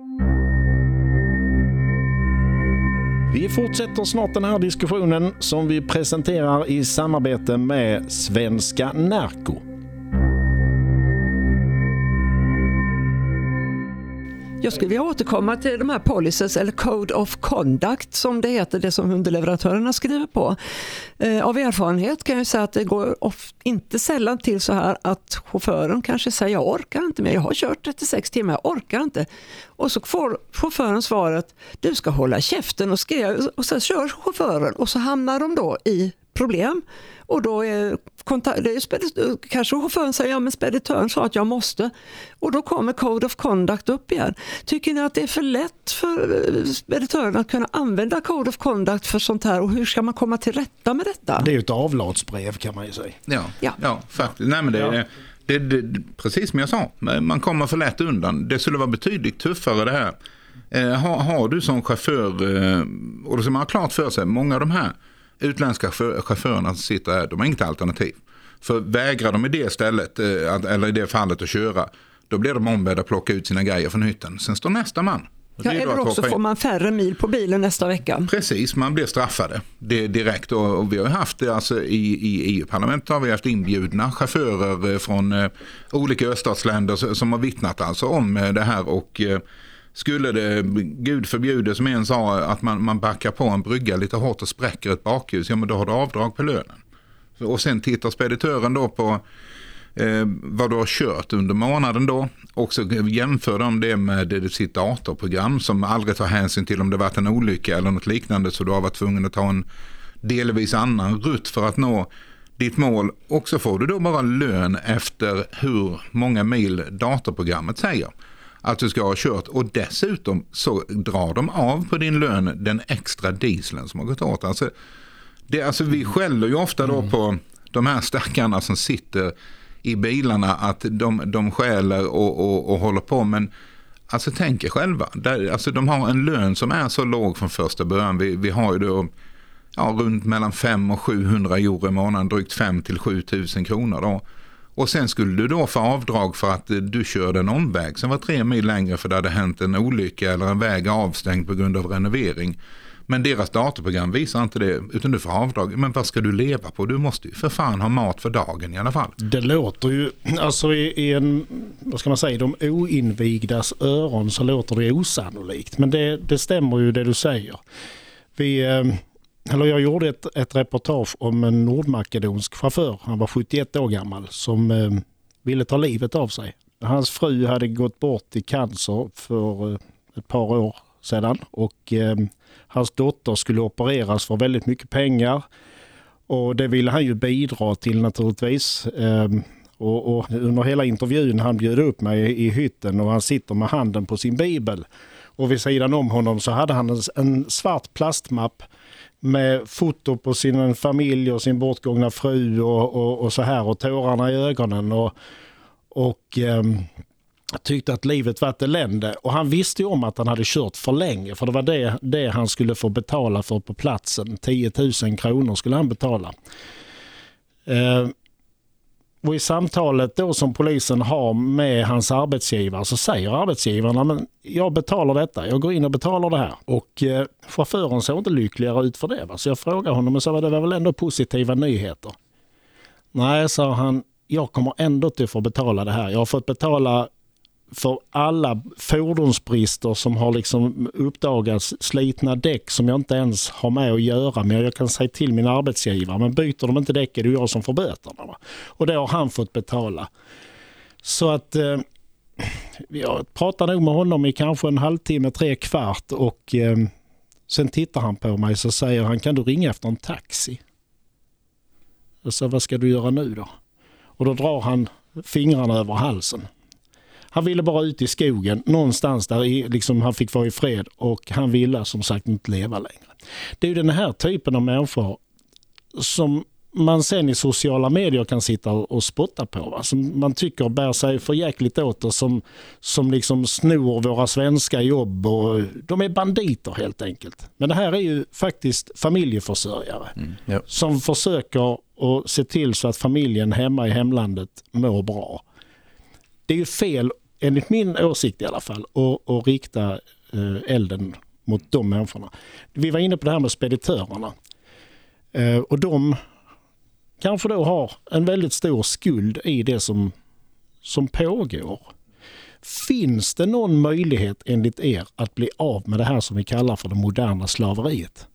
Vi fortsätter snart den här diskussionen som vi presenterar i samarbete med Svenska Närko. Jag skulle vilja återkomma till de här policies eller Code of Conduct som det heter, det som underleverantörerna skriver på. Eh, av erfarenhet kan jag säga att det går of, inte sällan till så här att chauffören kanske säger jag orkar inte mer, jag har kört trettiosex timmar, jag orkar inte. Och så får chauffören svaret, du ska hålla käften och skriva, och så kör chauffören och så hamnar de då i problem. Och då är kontakt, det är spedit- kanske chauffören säger ja men speditören sa att jag måste. Och då kommer Code of Conduct upp igen. Tycker ni att det är för lätt för speditören att kunna använda Code of Conduct för sånt här? Och hur ska man komma till rätta med detta? Det är ju ett avlatsbrev kan man ju säga. Ja, ja. ja. faktiskt. Nej, men det, ja. det, det, det, precis som jag sa, man kommer för lätt undan. Det skulle vara betydligt tuffare det här. Eh, har, har du som chaufför, eh, och då ska man ha klart för sig, många av de här utländska chaufförerna som sitter här, de har inget alternativ. För vägrar de i det stället, eller i det fallet att köra, då blir de ombedda att plocka ut sina grejer från hytten. Sen står nästa man. Ja, eller också får man färre mil på bilen nästa vecka. Precis, man blir straffade det direkt. Och, och vi har haft det alltså i, i E U-parlamentet har vi haft inbjudna chaufförer från eh, olika öststatsländer som har vittnat alltså om eh, det här och eh, skulle det, Gud förbjude som en sa, att man, man backar på en brygga lite hårt och spräcker ett bakhus, ja men då har du avdrag på lönen. Och sen tittar speditören då på eh, vad du har kört under månaden då. Och så jämför de det med sitt datorprogram som aldrig tar hänsyn till om det varit en olycka eller något liknande, så du har varit tvungen att ta en delvis annan rutt för att nå ditt mål. Och så får du då bara lön efter hur många mil datorprogrammet säger att du ska ha kört, och dessutom så drar de av på din lön den extra dieseln som har gått åt. Alltså, det, alltså vi skäller ju ofta då på de här stackarna som sitter i bilarna att de, de skäller och, och, och håller på, men alltså tänk er själva, där, alltså de har en lön som är så låg från första början. Vi, vi har ju då ja, runt mellan fem och sjuhundra euro i månaden, drygt fem till sju tusen kronor då. Och sen skulle du då få avdrag för att du körde en omväg som var tre mil längre för det hade hänt en olycka eller en väg avstängd på grund av renovering. Men deras datorprogram visar inte det, utan du får avdrag. Men vad ska du leva på? Du måste ju för fan ha mat för dagen i alla fall. Det låter ju, alltså i, i en, vad ska man säga, de oinvigdas öron så låter det osannolikt. Men det, det stämmer ju det du säger. Vi... Eller jag gjorde ett, ett reportage om en nordmakedonsk chaufför. Han var sjuttioett år gammal som eh, ville ta livet av sig. Hans fru hade gått bort i cancer för eh, ett par år sedan. Och eh, hans dotter skulle opereras för väldigt mycket pengar. Och det ville han ju bidra till naturligtvis. Eh, och, och under hela intervjun han bjöd upp mig i, i hytten och han sitter med handen på sin bibel. Och vid sidan om honom så hade han en, en svart plastmapp med foto på sin familj och sin bortgångna fru och, och, och så här, och tårarna i ögonen och, och eh, tyckte att livet var ett elände. Och han visste ju om att han hade kört för länge, för det var det, det han skulle få betala för på platsen. tio tusen kronor skulle han betala. Eh, Och i samtalet då som polisen har med hans arbetsgivare så säger arbetsgivarna, men jag betalar detta, jag går in och betalar det här. Och eh, chauffören såg inte lyckligare ut för det. Va? Så jag frågar honom och sa, det var väl ändå positiva nyheter? Nej, sa han, jag kommer ändå till att få betala det här. Jag har fått betala för alla fordonsbrister som har liksom uppdagats, slitna däck som jag inte ens har med att göra, men jag kan säga till min arbetsgivare, men byter de inte däck är det jag som får böterna. Va? Och det har han fått betala. Så att eh, jag pratar nog med honom i kanske en halvtimme, tre kvart och eh, sen tittar han på mig så säger han, kan du ringa efter en taxi? Och så, vad ska du göra nu då? Och då drar han fingrarna över halsen. Han ville bara ut i skogen, någonstans där liksom han fick vara i fred och han ville som sagt inte leva längre. Det är ju den här typen av människor som man sen i sociala medier kan sitta och spotta på. Va? Som man tycker bär sig för jäkligt åt och som, som liksom snor våra svenska jobb. Och de är banditer helt enkelt. Men det här är ju faktiskt familjeförsörjare mm, ja. som försöker att se till så att familjen hemma i hemlandet mår bra. Det är ju fel, enligt min åsikt i alla fall, att, att rikta eh, elden mot de människorna. Vi var inne på det här med speditörerna. Eh, och de kanske då har en väldigt stor skuld i det som, som pågår. Finns det någon möjlighet enligt er att bli av med det här som vi kallar för det moderna slaveriet?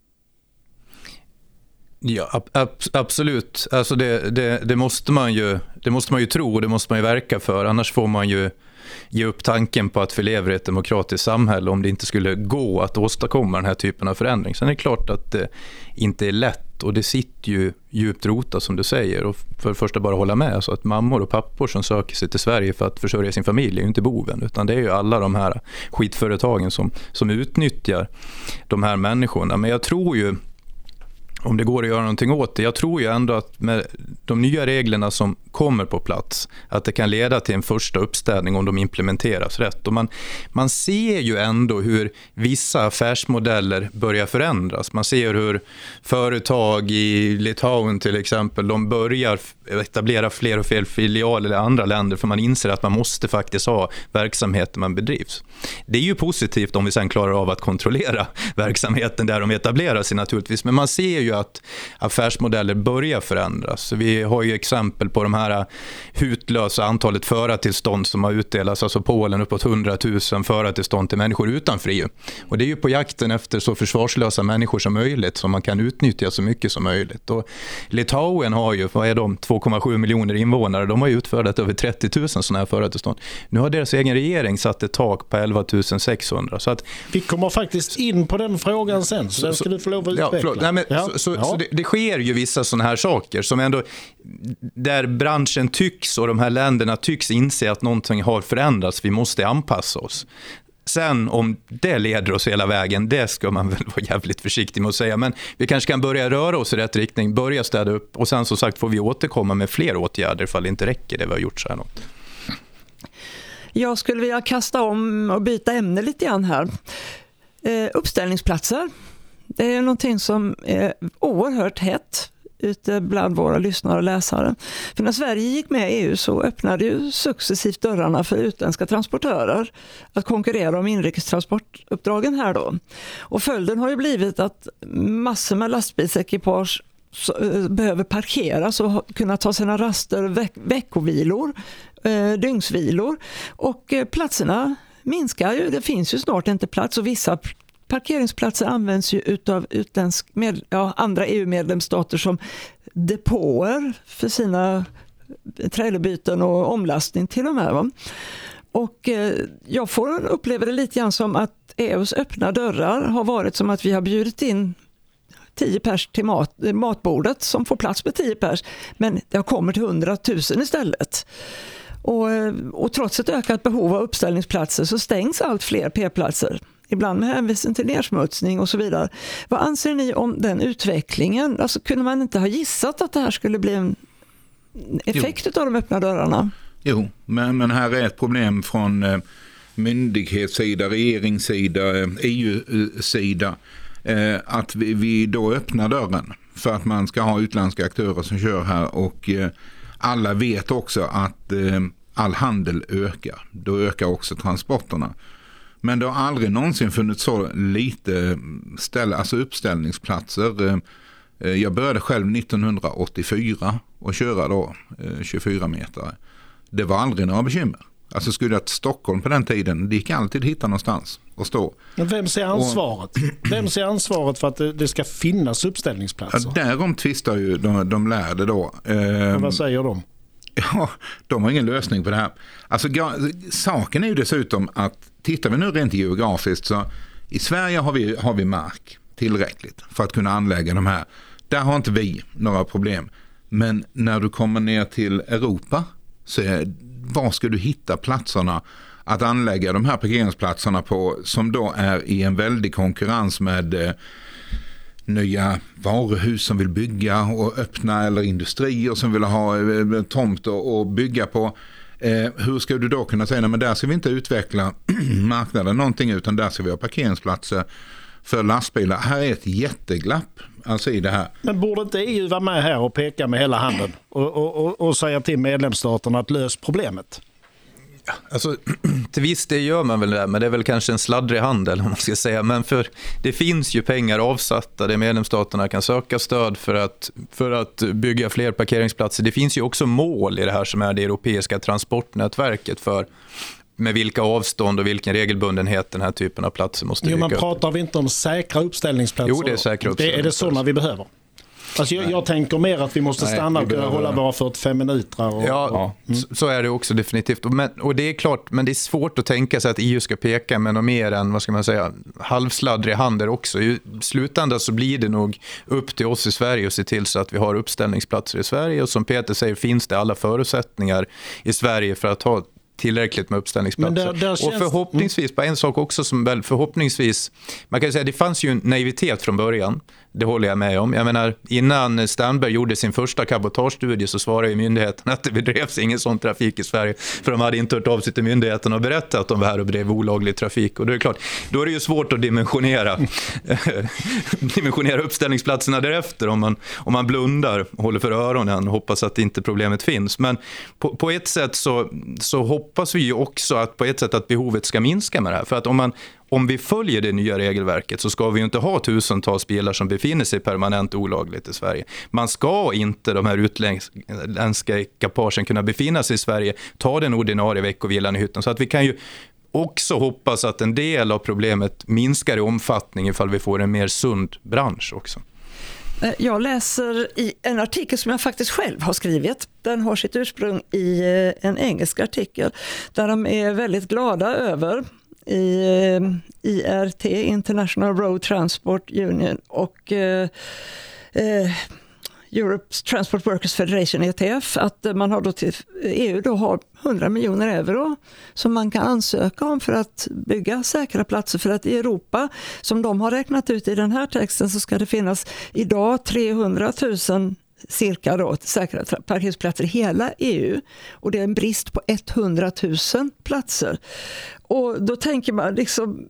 Ja, ab- ab- absolut. Alltså det, det, det, måste man ju, det måste man ju tro och det måste man ju verka för. Annars får man ju ge upp tanken på att vi lever i ett demokratiskt samhälle om det inte skulle gå att åstadkomma den här typen av förändring. Sen är det klart att det inte är lätt och det sitter ju djupt rotat som du säger. Och för det första bara hålla med så att mammor och pappor som söker sig till Sverige för att försörja sin familj är ju inte boven, utan det är ju alla de här skitföretagen som, som utnyttjar de här människorna. Men jag tror ju, om det går att göra någonting åt det. Jag tror ju ändå att med de nya reglerna som kommer på plats att det kan leda till en första uppstädning om de implementeras rätt. Och man, man ser ju ändå hur vissa affärsmodeller börjar förändras. Man ser hur företag i Litauen till exempel, de börjar etablera fler och fler filialer i andra länder för man inser att man måste faktiskt ha verksamheten man bedrivs. Det är ju positivt om vi sen klarar av att kontrollera verksamheten där de etablerar sig naturligtvis. Men man ser ju att affärsmodeller börjar förändras. Vi har ju exempel på de här hutlösa antalet förartillstånd som har utdelats, alltså Polen uppåt hundratusen förartillstånd till människor utanför E U. Och det är ju på jakten efter så försvarslösa människor som möjligt som man kan utnyttja så mycket som möjligt. Och Litauen har ju, vad är de, två komma sju miljoner invånare, de har ju utfärdat över trettio tusen sådana här förartillstånd. Nu har deras egen regering satt ett tak på elva tusen sexhundra. Så att, vi kommer faktiskt in på den frågan sen, så, så den ska du få lov att utveckla. Ja, Nej, men, ja. Så, så, ja. så det, det sker ju vissa sådana här saker som ändå, där branschen tycks och de här länderna tycks inse att någonting har förändrats, vi måste anpassa oss. Sen om det leder oss hela vägen, det ska man väl vara jävligt försiktig med att säga. Men vi kanske kan börja röra oss i rätt riktning, börja städa upp och sen som sagt får vi återkomma med fler åtgärder ifall det inte räcker det vi har gjort så här något. Jag skulle vilja kasta om och byta ämne lite grann här. Eh, uppställningsplatser. Det är någonting som är oerhört hett ute bland våra lyssnare och läsare. För när Sverige gick med i E U så öppnade ju successivt dörrarna för utländska transportörer att konkurrera om inrikestransportuppdragen här då. Och följden har ju blivit att massor med lastbilsekipage behöver parkeras och kunna ta sina raster, veck- veckovilor, eh, dygnsvilor. Och eh, platserna minskar ju. Det finns ju snart inte plats och vissa parkeringsplatser används ju utav utländsk med, ja, andra E U-medlemsstater som depåer för sina trailerbyten och omlastning till och med. Va? Och eh, jag får uppleva det lite grann som att E U:s öppna dörrar har varit som att vi har bjudit in tio pers till mat, matbordet som får plats med tio pers, men det har kommit till hundratusen istället. Och, och trots ett ökat behov av uppställningsplatser så stängs allt fler P-platser. Ibland med hänvisning till nedsmutsning och så vidare. Vad anser ni om den utvecklingen? Alltså, kunde man inte ha gissat att det här skulle bli en effekt jo. av de öppna dörrarna? Jo, men, men här är ett problem från eh, myndighetssida, regeringssida, eh, E U-sida. Eh, att vi, vi då öppnar dörren för att man ska ha utländska aktörer som kör här och eh, alla vet också att eh, all handel ökar. Då ökar också transporterna. Men det har aldrig någonsin funnits så lite ställ, alltså uppställningsplatser. Jag började själv nittonhundraåttiofyra och köra då tjugofyra meter. Det var aldrig några bekymmer. Alltså skulle jag till Stockholm på den tiden, det gick alltid att hitta någonstans och stå. Men vem ser ansvaret? Och, vem ser ansvaret för att det, det ska finnas uppställningsplatser? Ja, därom tvistar ju de, de lärde då. Men vad säger de? Ja, de har ingen lösning på det här. Alltså saken är ju dessutom att tittar vi nu rent geografiskt så i Sverige har vi, har vi mark tillräckligt för att kunna anlägga de här. Där har inte vi några problem. Men när du kommer ner till Europa så är, var ska du hitta platserna att anlägga de här parkeringsplatserna på som då är i en väldig konkurrens med eh, nya varuhus som vill bygga och öppna eller industrier som vill ha eh, tomt och, och bygga på. Eh, hur ska du då kunna säga, nej, men där ska vi inte utveckla marknaden någonting utan där ska vi ha parkeringsplatser för lastbilar. Här är ett jätteglapp alltså i det här. Men borde inte E U vara med här och peka med hela handen och, och, och, och säga till medlemsstaterna att lösa problemet? Alltså, till viss det gör man väl det, men det är väl kanske en sladdrig handel om man ska säga. Men för det finns ju pengar avsatta där medlemsstaterna kan söka stöd för att, för att bygga fler parkeringsplatser. Det finns ju också mål i det här som är det europeiska transportnätverket för med vilka avstånd och vilken regelbundenhet den här typen av platser måste dyka upp. Jo, men pratar upp. vi inte om säkra uppställningsplatser? Jo, det är säkra uppställningsplatser. Är det sådana vi behöver? Alltså jag, jag tänker mer att vi måste Nej, stanna vi och kunna behöver... hålla bara fyrtiofem minuter. Och... Ja, mm. så, så är det också definitivt. Men, och det är klart, men det är svårt att tänka sig att E U ska peka med något mer än, vad ska man säga, halvsladdrig handel också. I slutändan så blir det nog upp till oss i Sverige att se till så att vi har uppställningsplatser i Sverige. Och som Peter säger finns det alla förutsättningar i Sverige för att ha tillräckligt med uppställningsplatser. Där, där känns... Och förhoppningsvis, på en sak också som väl förhoppningsvis, man kan säga det fanns ju en naivitet från början, det håller jag med om. Jag menar, innan Sternberg gjorde sin första cabotagestudie så svarade ju myndigheten att det bedrevs ingen sån trafik i Sverige, för de hade inte hört av sig till myndigheten och berättat att de var här och bedrev olaglig trafik. Och det är klart, då är det ju svårt att dimensionera dimensionera uppställningsplatserna därefter om man, om man blundar och håller för öronen och hoppas att inte problemet finns. Men på, på ett sätt så, så hoppas vi ju också att på ett sätt att behovet ska minska med det här. För att om man Om vi följer det nya regelverket så ska vi ju inte ha tusentals bilar som befinner sig permanent olagligt i Sverige. Man ska inte, de här utländska ekipagen, kunna befinna sig i Sverige, ta den ordinarie veckovilan i hytten. Så att vi kan ju också hoppas att en del av problemet minskar i omfattning ifall vi får en mer sund bransch också. Jag läser i en artikel som jag faktiskt själv har skrivit. Den har sitt ursprung i en engelsk artikel där de är väldigt glada över i I R T, International Road Transport Union, och eh, eh, Europe's Transport Workers Federation, E T F, att man har då till E U då har hundra miljoner euro som man kan ansöka om för att bygga säkra platser. För att i Europa, som de har räknat ut i den här texten, så ska det finnas idag trehundratusen cirka då säkra parkeringsplatser i hela E U, och det är en brist på hundratusen platser. Och då tänker man liksom,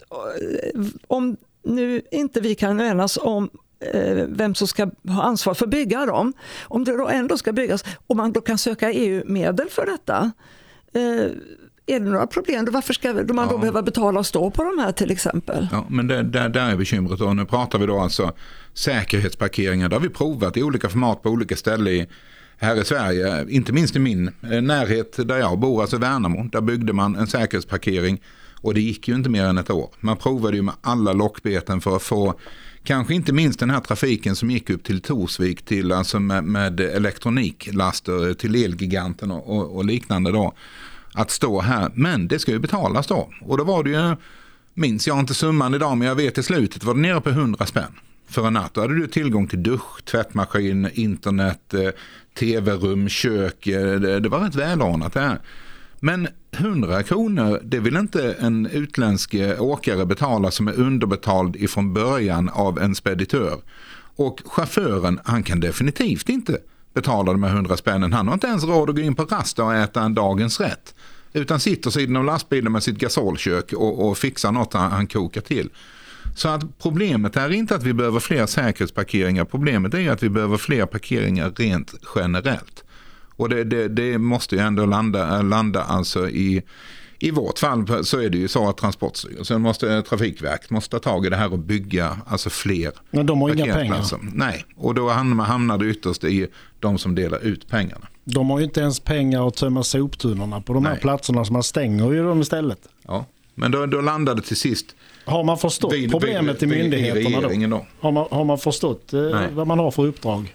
om nu inte vi kan enas om eh, vem som ska ha ansvar för att bygga dem, om det då ändå ska byggas och man då kan söka E U-medel för detta, eh, är det några problem? Varför ska man då ja. behöva betala och stå på de här till exempel? Ja, men det, där, där är bekymret. Och nu pratar vi då alltså säkerhetsparkeringar. Det har vi provat i olika format på olika ställen i, här i Sverige. Inte minst i min närhet där jag bor, alltså Värnamo. Där byggde man en säkerhetsparkering och det gick ju inte mer än ett år. Man provade ju med alla lockbeten för att få kanske inte minst den här trafiken som gick upp till Torsvik till, alltså med, med elektroniklaster till Elgiganten och, och, och liknande då, att stå här. Men det ska ju betalas då. Och då var det ju, minns jag inte summan idag, men jag vet i slutet var det nere på hundra spänn för en natt. Då hade du tillgång till dusch, tvättmaskin, internet, tv-rum, kök. Det, det var rätt välordnat det här. Men hundra kronor, det vill inte en utländsk åkare betala som är underbetald ifrån början av en speditör. Och chauffören, han kan definitivt inte betala de här hundra spännen. Han har inte ens råd att gå in på Rasta och äta en dagens rätt. Utan sitter sidan av lastbilen med sitt gasolkök och, och fixar något han, han kokar till. Så att problemet är inte att vi behöver fler säkerhetsparkeringar. Problemet är ju att vi behöver fler parkeringar rent generellt. Och det, det, det måste ju ändå landa, landa alltså i, i vårt fall så är det ju så att Transportstyrelsen måste, Trafikverket måste ta tag i det här och bygga alltså fler. Men de har inga pengar. Nej, och då hamnar det ytterst i de som delar ut pengarna. De har ju inte ens pengar att tömma soptunnorna på de här Nej. platserna, som man stänger ju dem istället. Ja, men då, då landade det till sist. Har man förstått vid, problemet vid, i myndigheterna i då? då? Har, man, har man förstått eh, vad man har för uppdrag?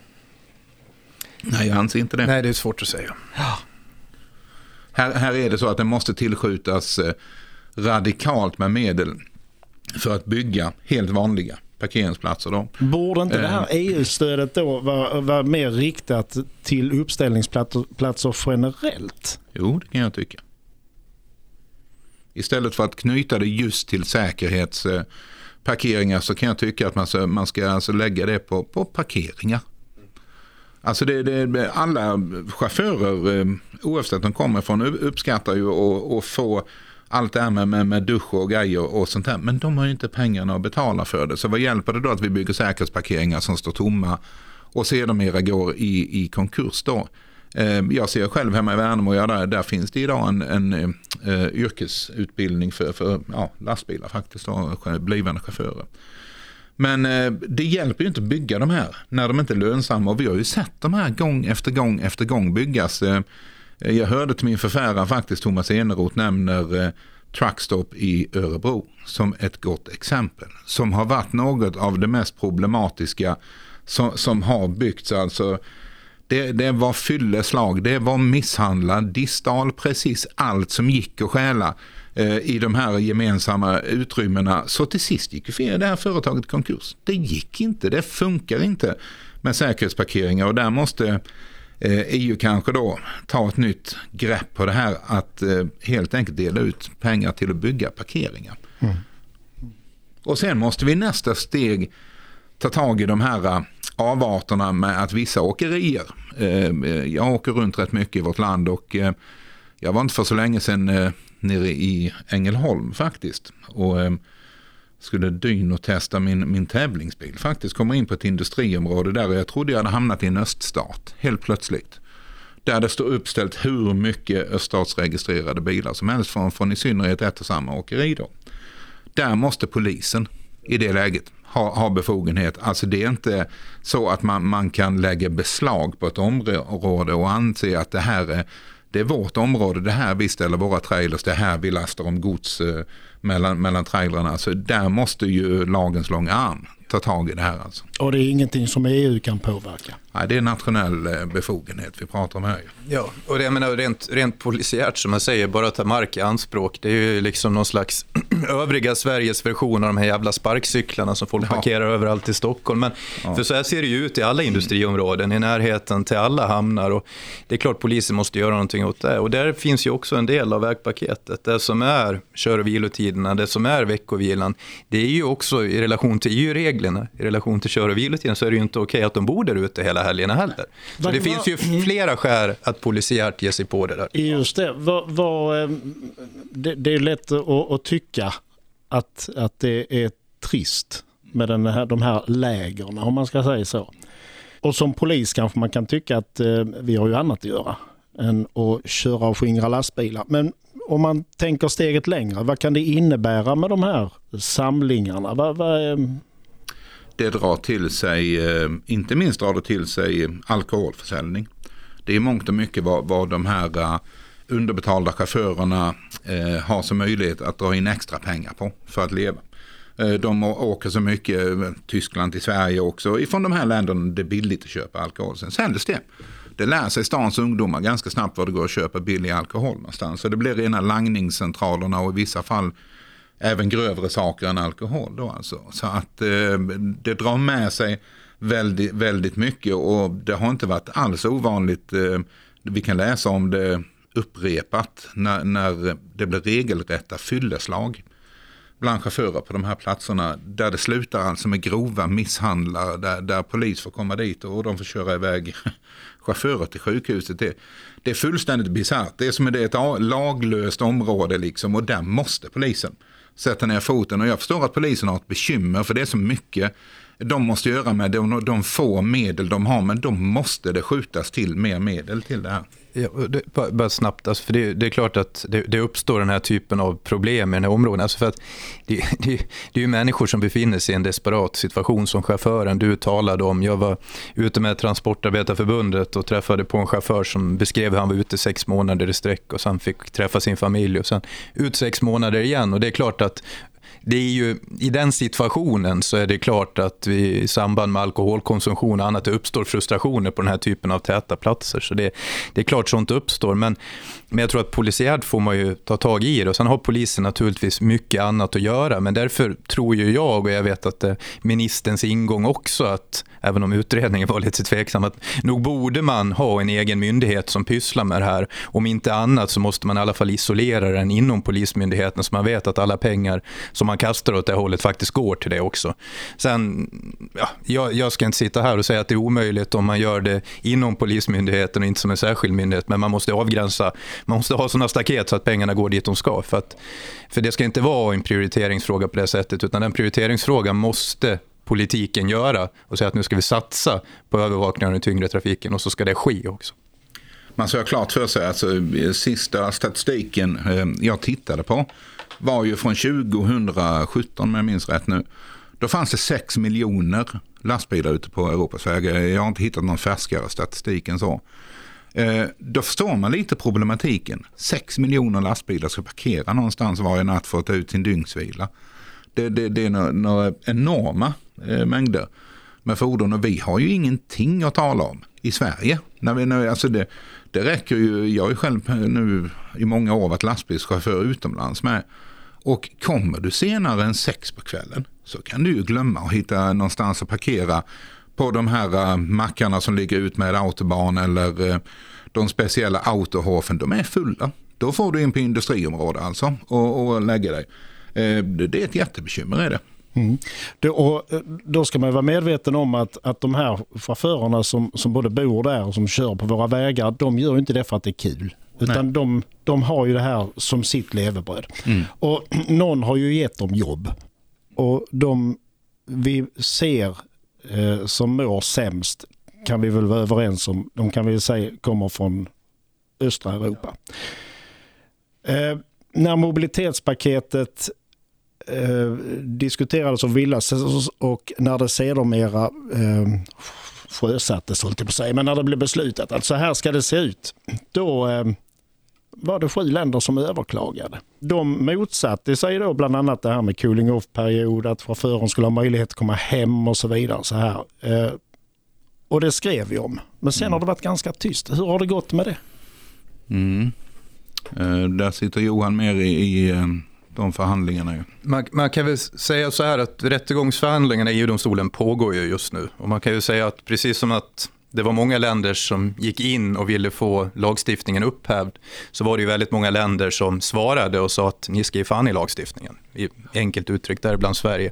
Nej, jag anser inte det. Nej, det är svårt att säga. Ja. Här, här är det så att det måste tillskjutas eh, radikalt med medel för att bygga helt vanliga parkeringsplatser då. Borde inte det här E U-stödet då vara, vara mer riktat till uppställningsplatser generellt? Jo, det kan jag tycka. Istället för att knyta det just till säkerhetsparkeringar så kan jag tycka att man ska, man ska alltså lägga det på, på parkeringar. Alltså det, det, alla chaufförer, oavsett de kommer från, uppskattar ju att få allt det här med, med, med dusch och grejer och sånt här. Men de har ju inte pengarna att betala för det. Så vad hjälper det då att vi bygger säkerhetsparkeringar som står tomma och sedermera går i, i konkurs då? Jag ser själv hemma i Värnamo, ja, där, där finns det idag en, en, en uh, yrkesutbildning för, för ja, lastbilar faktiskt och blivande chaufförer. Men uh, det hjälper ju inte att bygga de här när de inte är lönsamma, och vi har ju sett de här gång efter gång efter gång byggas. Uh, jag hörde till min förfäran faktiskt Thomas Eneroth nämner uh, Truckstop i Örebro som ett gott exempel, som har varit något av det mest problematiska som, som har byggts. Alltså Det, det var fylleslag, det var misshandlad, distal, precis allt som gick att stjäla eh, i de här gemensamma utrymmena. Så till sist gick ju det här företaget konkurs. Det gick inte, det funkar inte med säkerhetsparkeringar, och där måste eh, E U kanske då ta ett nytt grepp på det här, att eh, helt enkelt dela ut pengar till att bygga parkeringar. Mm. Och sen måste vi nästa steg ta tag i de här avarterna med att vissa åkerier, jag åker runt rätt mycket i vårt land, och jag var inte för så länge sedan nere i Ängelholm faktiskt och skulle dynotesta min, min tävlingsbil, faktiskt komma in på ett industriområde där jag trodde jag hade hamnat i en öststat helt plötsligt, där det står uppställt hur mycket öststatsregistrerade bilar som helst från, från i synnerhet ett och samma åkeri då. Där måste polisen i det läget ha, ha befogenhet. Alltså det är inte så att man, man kan lägga beslag på ett område och anse att det här är, det är vårt område, det här vi ställer våra trailers, det här vi lastar om gods eh, mellan, mellan trailerna. Alltså där måste ju lagens långa arm ta tag i det här alltså. Och det är ingenting som E U kan påverka? Nej, det är nationell befogenhet vi pratar om här. Ja, och det, jag menar, rent, rent polisiärt som jag säger, bara ta mark i anspråk. Det är ju liksom någon slags övriga Sveriges version av de här jävla sparkcyklarna som folk ja. parkerar överallt i Stockholm. Men ja. för så här ser det ju ut i alla industriområden, i närheten till alla hamnar. Och det är klart polisen måste göra någonting åt det. Och där finns ju också en del av vägpaketet. Det som är kör- och vilotiderna, det som är veckovilan. Det är ju också i relation till E U-reglerna, i relation till kör- och vilotiden, så är det ju inte okej att de bor där ute hela helgerna heller. Så vad, det vad, finns ju flera skär att polisiärt ge sig på det där. Just det. Vad, vad, det, det är lätt att, att tycka att, att det är trist med den här, de här lägerna, om man ska säga så. Och som polis kanske man kan tycka att eh, vi har ju annat att göra än att köra och skingra lastbilar. Men om man tänker steget längre, vad kan det innebära med de här samlingarna? Vad, vad, eh... Det drar till sig, inte minst drar det till sig alkoholförsäljning. Det är mångt och mycket vad, vad de här underbetalda chaufförerna eh, har som möjlighet att dra in extra pengar på för att leva. Eh, de åker så mycket, Tyskland till Sverige också, ifrån de här länderna det är billigt att köpa alkohol. Sen säljs det. Det lär sig stans ungdomar ganska snabbt vad det går att köpa billig alkohol någonstans. Så det blir rena langningscentralerna och i vissa fall även grövre saker än alkohol då alltså. Så att eh, det drar med sig väldigt, väldigt mycket, och det har inte varit alls ovanligt. Eh, vi kan läsa om det upprepat när, när det blir regelrätta fylleslag bland chaufförer på de här platserna, där det slutar alltså med grova misshandlar, där, där polis får komma dit och de får köra iväg chaufförer till sjukhuset. Det, det är fullständigt bisarrt. Det är som att det är ett laglöst område liksom, och där måste polisen sätta ner foten. Och jag förstår att polisen har ett bekymmer, för det är så mycket de måste göra med de, de få medel de har, men de måste det skjutas till mer medel till det här. Ja, det, bara, bara snabbt, alltså, för det, det är klart att det, det uppstår den här typen av problem i den här områden. Alltså för att det, det, det är ju människor som befinner sig i en desperat situation, som chauffören du talade om. Jag var ute med Transportarbetarförbundet och träffade på en chaufför som beskrev hur han var ute sex månader i sträck och sen fick träffa sin familj och sen ut sex månader igen. Och det är klart att det är ju, i den situationen så är det klart att vi i samband med alkoholkonsumtion och annat, det uppstår frustrationer på den här typen av täta platser. Så det, det är klart sånt uppstår. Men, men jag tror att polisiärt får man ju ta tag i det. Och sen har polisen naturligtvis mycket annat att göra. Men därför tror ju jag, och jag vet att det ministerns ingång också, att även om utredningen var lite tveksam, att nog borde man ha en egen myndighet som pysslar med det här. Om inte annat så måste man i alla fall isolera den inom polismyndigheten, så man vet att alla pengar som man kastar åt det hållet faktiskt går till det också. Sen, ja, jag, jag ska inte sitta här och säga att det är omöjligt om man gör det inom polismyndigheten och inte som en särskild myndighet, men man måste avgränsa, man måste ha sådana staket så att pengarna går dit de ska. För, att, för det ska inte vara en prioriteringsfråga på det sättet, utan den prioriteringsfrågan måste politiken göra och säga att nu ska vi satsa på övervakning av den tyngre trafiken, och så ska det ske också. Man ska ha klart för sig, alltså sista statistiken jag tittade på var ju från tjugohundrasjutton, om jag minns rätt nu. Då fanns det sex miljoner lastbilar ute på Europas vägar. Jag har inte hittat någon färskare statistik än så. Eh, då förstår man lite problematiken. sex miljoner lastbilar ska parkera någonstans varje natt för att ta ut sin dygnsvila. Det, det, det är några, några enorma eh, mängder med fordon, och vi har ju ingenting att tala om i Sverige. När vi, när, alltså det, det räcker ju, jag är själv nu i många år varit lastbilschaufför utomlands med. Och kommer du senare än sex på kvällen så kan du ju glömma att hitta någonstans att parkera på de här uh, mackarna som ligger ut med autobahn, eller uh, de speciella autohofen. De är fulla. Då får du in på industriområdet alltså och, och lägga dig. Uh, det, det är ett jättebekymmer, är det. Mm. Det, och då ska man vara medveten om att, att de här chaufförerna som, som både bor där och som kör på våra vägar, de gör inte det för att det är kul. Utan de, de har ju det här som sitt levebröd. Mm. Och någon har ju gett dem jobb. Och de vi ser eh, som mår sämst, kan vi väl vara överens om, de kan vi säga kommer från östra Europa. Eh, när mobilitetspaketet eh, diskuterades och villas, och när det sedermera eh, sjösattes, hållt jag på sig, men när det blev beslutat att så här ska det se ut, då eh, var det sju länder som överklagade. De motsatte sig då bland annat det här med cooling off-period, att chauffören skulle ha möjlighet att komma hem och så vidare. Så här. Eh, och det skrev vi om. Men sen mm. har det varit ganska tyst. Hur har det gått med det? Mm. Eh, där sitter Johan mer i, i eh, de förhandlingarna. Ju. Man, man kan väl säga så här att rättegångsförhandlingarna i E U-domstolen pågår ju just nu. Och man kan ju säga att precis som att det var många länder som gick in och ville få lagstiftningen upphävd, så var det ju väldigt många länder som svarade och sa att ni ska ge fan i lagstiftningen. Enkelt uttryckt där bland Sverige.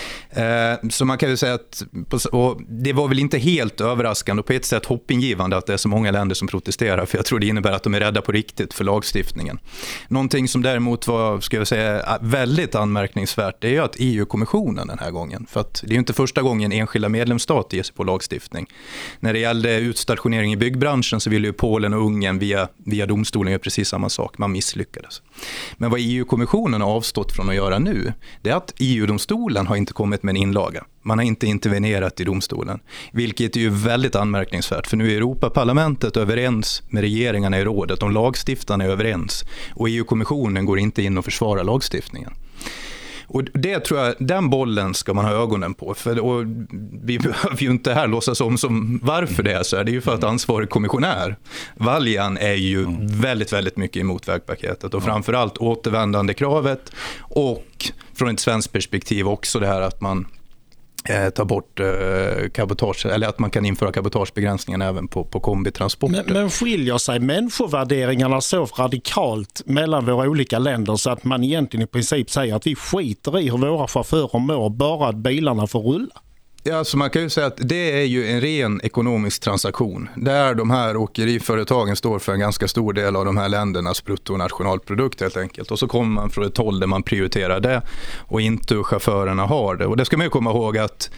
Mm. Så man kan ju säga att och det var väl inte helt överraskande och på ett sätt hoppingivande att det är så många länder som protesterar, för jag tror det innebär att de är rädda på riktigt för lagstiftningen. Någonting som däremot var, ska jag säga, väldigt anmärkningsvärt, det är ju att E U-kommissionen den här gången, för att det är ju inte första gången enskilda medlemsstater ger sig på lagstiftning. När det gällde utstationering i byggbranschen så ville ju Polen och Ungern via, via domstolen göra precis samma sak. Man misslyckades. Men vad E U-kommissionen har avstått från att göra nu, det är att E U-domstolen har inte kommit med en inlaga. Man har inte intervenerat i domstolen. Vilket är ju väldigt anmärkningsvärt, för nu är Europaparlamentet överens med regeringarna i rådet. De lagstiftarna är överens. Och E U-kommissionen går inte in och försvarar lagstiftningen. Och det tror jag, den bollen ska man ha ögonen på. För, och vi behöver ju inte här låtsas om som varför det är så här. Det är ju för att ansvarig kommissionär, Vălean, är ju mm. väldigt, väldigt mycket emot vägpaketet. Och framförallt återvändande kravet, och från ett svenskt perspektiv också det här att man eh, tar bort eh, kabotage, eller att man kan införa kabotagebegränsningen även på, på kombitransporter. Men, men skiljer sig människovärderingarna så radikalt mellan våra olika länder så att man egentligen i princip säger att vi skiter i hur våra chaufförer mår, bara att bilarna får rulla? Ja, alltså man kan ju säga att det är ju en ren ekonomisk transaktion där de här åkeriföretagen står för en ganska stor del av de här ländernas bruttonationalprodukt helt enkelt. Och så kommer man från ett håll där man prioriterar det och inte hur chaufförerna har det. Och det ska man ju komma ihåg att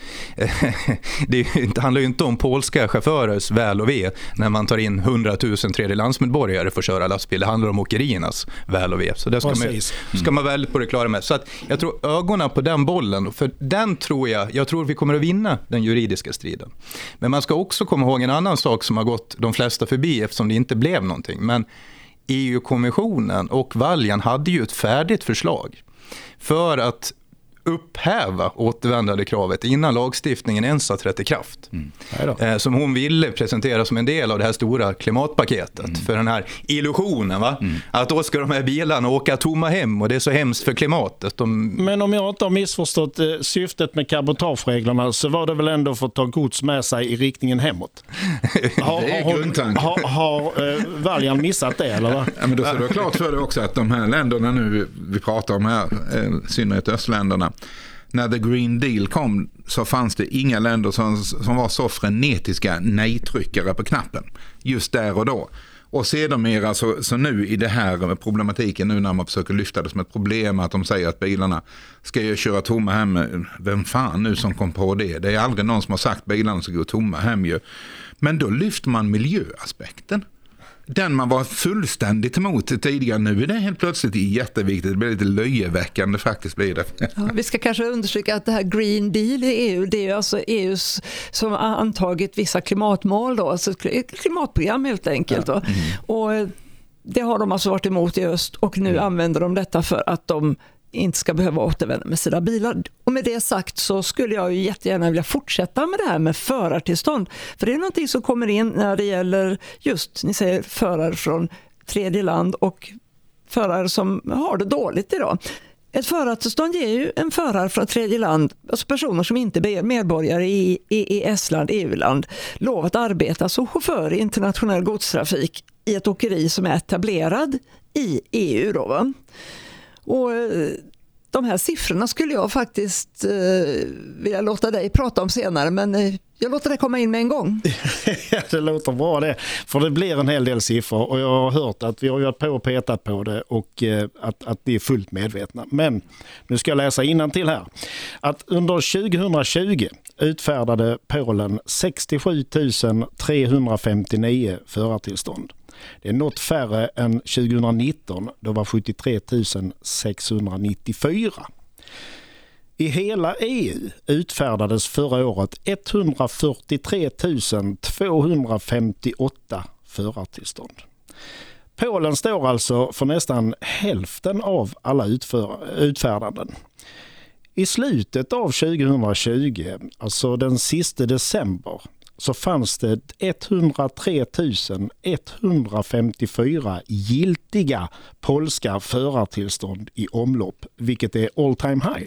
det handlar ju inte om polska chaufförers väl och ve när man tar in hundratusen tredjelandsmedborgare för att köra lastbil. Det handlar om åkeriernas väl och ve. Så det ska man, ska man väl på det klara med. Så att jag tror ögonen på den bollen, för den tror jag, jag tror vi kommer att vinna den juridiska striden. Men man ska också komma ihåg en annan sak som har gått de flesta förbi eftersom det inte blev någonting. Men E U-kommissionen och Valjan hade ju ett färdigt förslag för att upphäva återvändande kravet innan lagstiftningen ens har trätt i kraft. Mm. Eh, som hon ville presentera som en del av det här stora klimatpaketet. Mm. För den här illusionen, va? Mm. Att då ska de här bilarna åka tomma hem och det är så hemskt för klimatet. De... Men om jag inte har missförstått eh, syftet med cabotagereglerna så var det väl ändå för att ta gods med sig i riktningen hemåt. Har, det är grundtanken. Har, har eh, Valjan missat det, eller va? Ja, men då ska du ha klart för det också att de här länderna nu vi pratar om här, eh, synnerhet östländerna, när The Green Deal kom så fanns det inga länder som, som var så frenetiska nej-tryckare på knappen just där och då. Och sedermera så, så nu i det här problematiken nu när man försöker lyfta det som ett problem att de säger att bilarna ska ju köra tomma hem. Vem fan nu som kom på det? Det är aldrig någon som har sagt att bilarna ska gå tomma hem ju. Men då lyfter man miljöaspekten. Den man var fullständigt emot tidigare, nu är det helt plötsligt jätteviktigt. Det blir lite löjeväckande faktiskt blir det. Ja, vi ska kanske understryka att det här Green Deal i E U, det är ju alltså E U:s som har antagit vissa klimatmål då, alltså ett klimatprogram helt enkelt. Ja. Mm. Och det har de alltså varit emot i öst och nu mm. använder de detta för att de inte ska behöva återvända med sina bilar. Och med det sagt så skulle jag ju jättegärna vilja fortsätta med det här med förartillstånd. För det är någonting som kommer in när det gäller just, ni säger, förare från tredje land och förare som har det dåligt idag. Ett förartillstånd ger ju en förare från tredje land, alltså personer som inte är medborgare i E E S-land, E U-land, lov att arbeta som chaufför i internationell godstrafik i ett åkeri som är etablerad i E U då, va? Och de här siffrorna skulle jag faktiskt eh, vilja låta dig prata om senare, men eh, jag låter det komma in med en gång. Det låter bra det, för det blir en hel del siffror och jag har hört att vi har gjort på och petat på det och eh, att, att ni är fullt medvetna. Men nu ska jag läsa innantill här. Att under tjugohundratjugo utfärdade Polen sextiosju tusen trehundrafemtionio förartillstånd. Det är något färre än tjugohundranitton, då var sjuttiotre tusen sexhundranittiofyra. I hela E U utfärdades förra året etthundrafyrtiotre tusen tvåhundrafemtioåtta förartillstånd. Polen står alltså för nästan hälften av alla utför- utfärdanden. I slutet av tjugohundratjugo, alltså den sista december, så fanns det etthundratre tusen etthundrafemtiofyra giltiga polska förartillstånd i omlopp, vilket är all time high.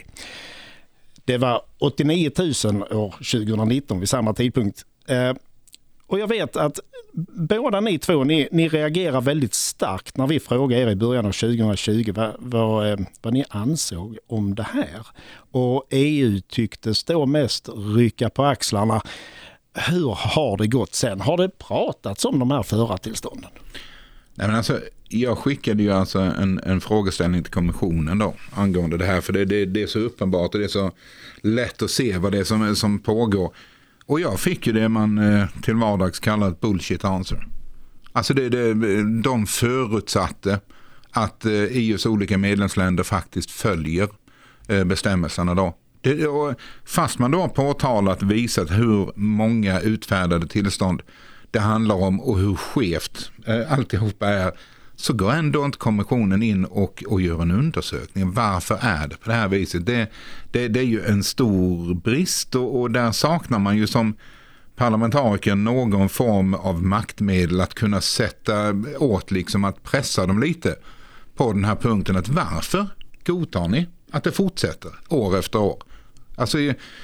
Det var åttionio tusen år tjugohundranitton vid samma tidpunkt. Eh, och jag vet att båda ni två, ni, ni reagerar väldigt starkt när vi frågade er i början av tjugohundratjugo vad, vad, vad ni ansåg om det här. Och E U tycktes då mest rycka på axlarna. Hur har det gått sen? Har det pratats om de här förartillstånden? Nej, men alltså, jag skickade ju alltså en, en frågeställning till kommissionen då angående det här. För det, det, det är så uppenbart och det är så lätt att se vad det är som, som pågår. Och jag fick ju det man eh, till vardags kallar ett bullshit answer. Alltså det, det, de förutsatte att eh, E U:s olika medlemsländer faktiskt följer eh, bestämmelserna då. Det, och fast man då har påtalat och visat hur många utfärdade tillstånd det handlar om och hur skevt eh, alltihopa är, så går ändå inte kommissionen in och, och gör en undersökning. Varför är det på det här viset? Det, det, det är ju en stor brist och, och där saknar man ju som parlamentariker någon form av maktmedel att kunna sätta åt, liksom att pressa dem lite på den här punkten. Att varför godtar ni att det fortsätter år efter år? Alltså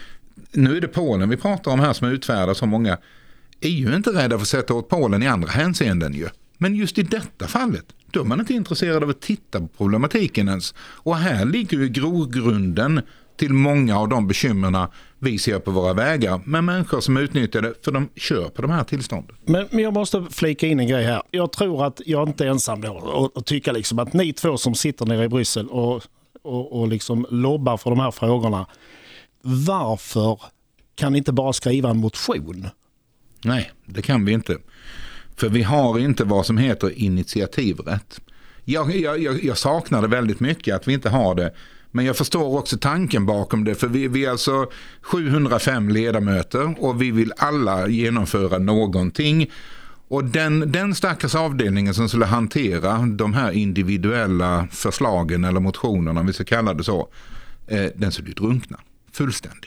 nu är det Polen vi pratar om här som utfärdar så många. Är ju inte rädda för att sätta åt Polen i andra hänseenden ju. Men just i detta fallet, då är man inte intresserad av att titta på problematiken ens. Och här ligger ju grogrunden till många av de bekymmerna vi ser på våra vägar, med människor som utnyttjar det för de kör på de här tillstånden. Men, men jag måste flika in en grej här. Jag tror att jag inte är ensam då och, och tycker liksom att ni två som sitter nere i Bryssel och, och, och liksom lobbar för de här frågorna, varför kan ni inte bara skriva en motion? Nej, det kan vi inte. För vi har inte vad som heter initiativrätt. Jag, jag, jag saknar det väldigt mycket att vi inte har det. Men jag förstår också tanken bakom det. För vi, vi är alltså sjuhundrafem ledamöter och vi vill alla genomföra någonting. Och den, den stackars avdelningen som skulle hantera de här individuella förslagen eller motionerna, om vi ska kalla det så, eh, den skulle ju drunkna fullständigt.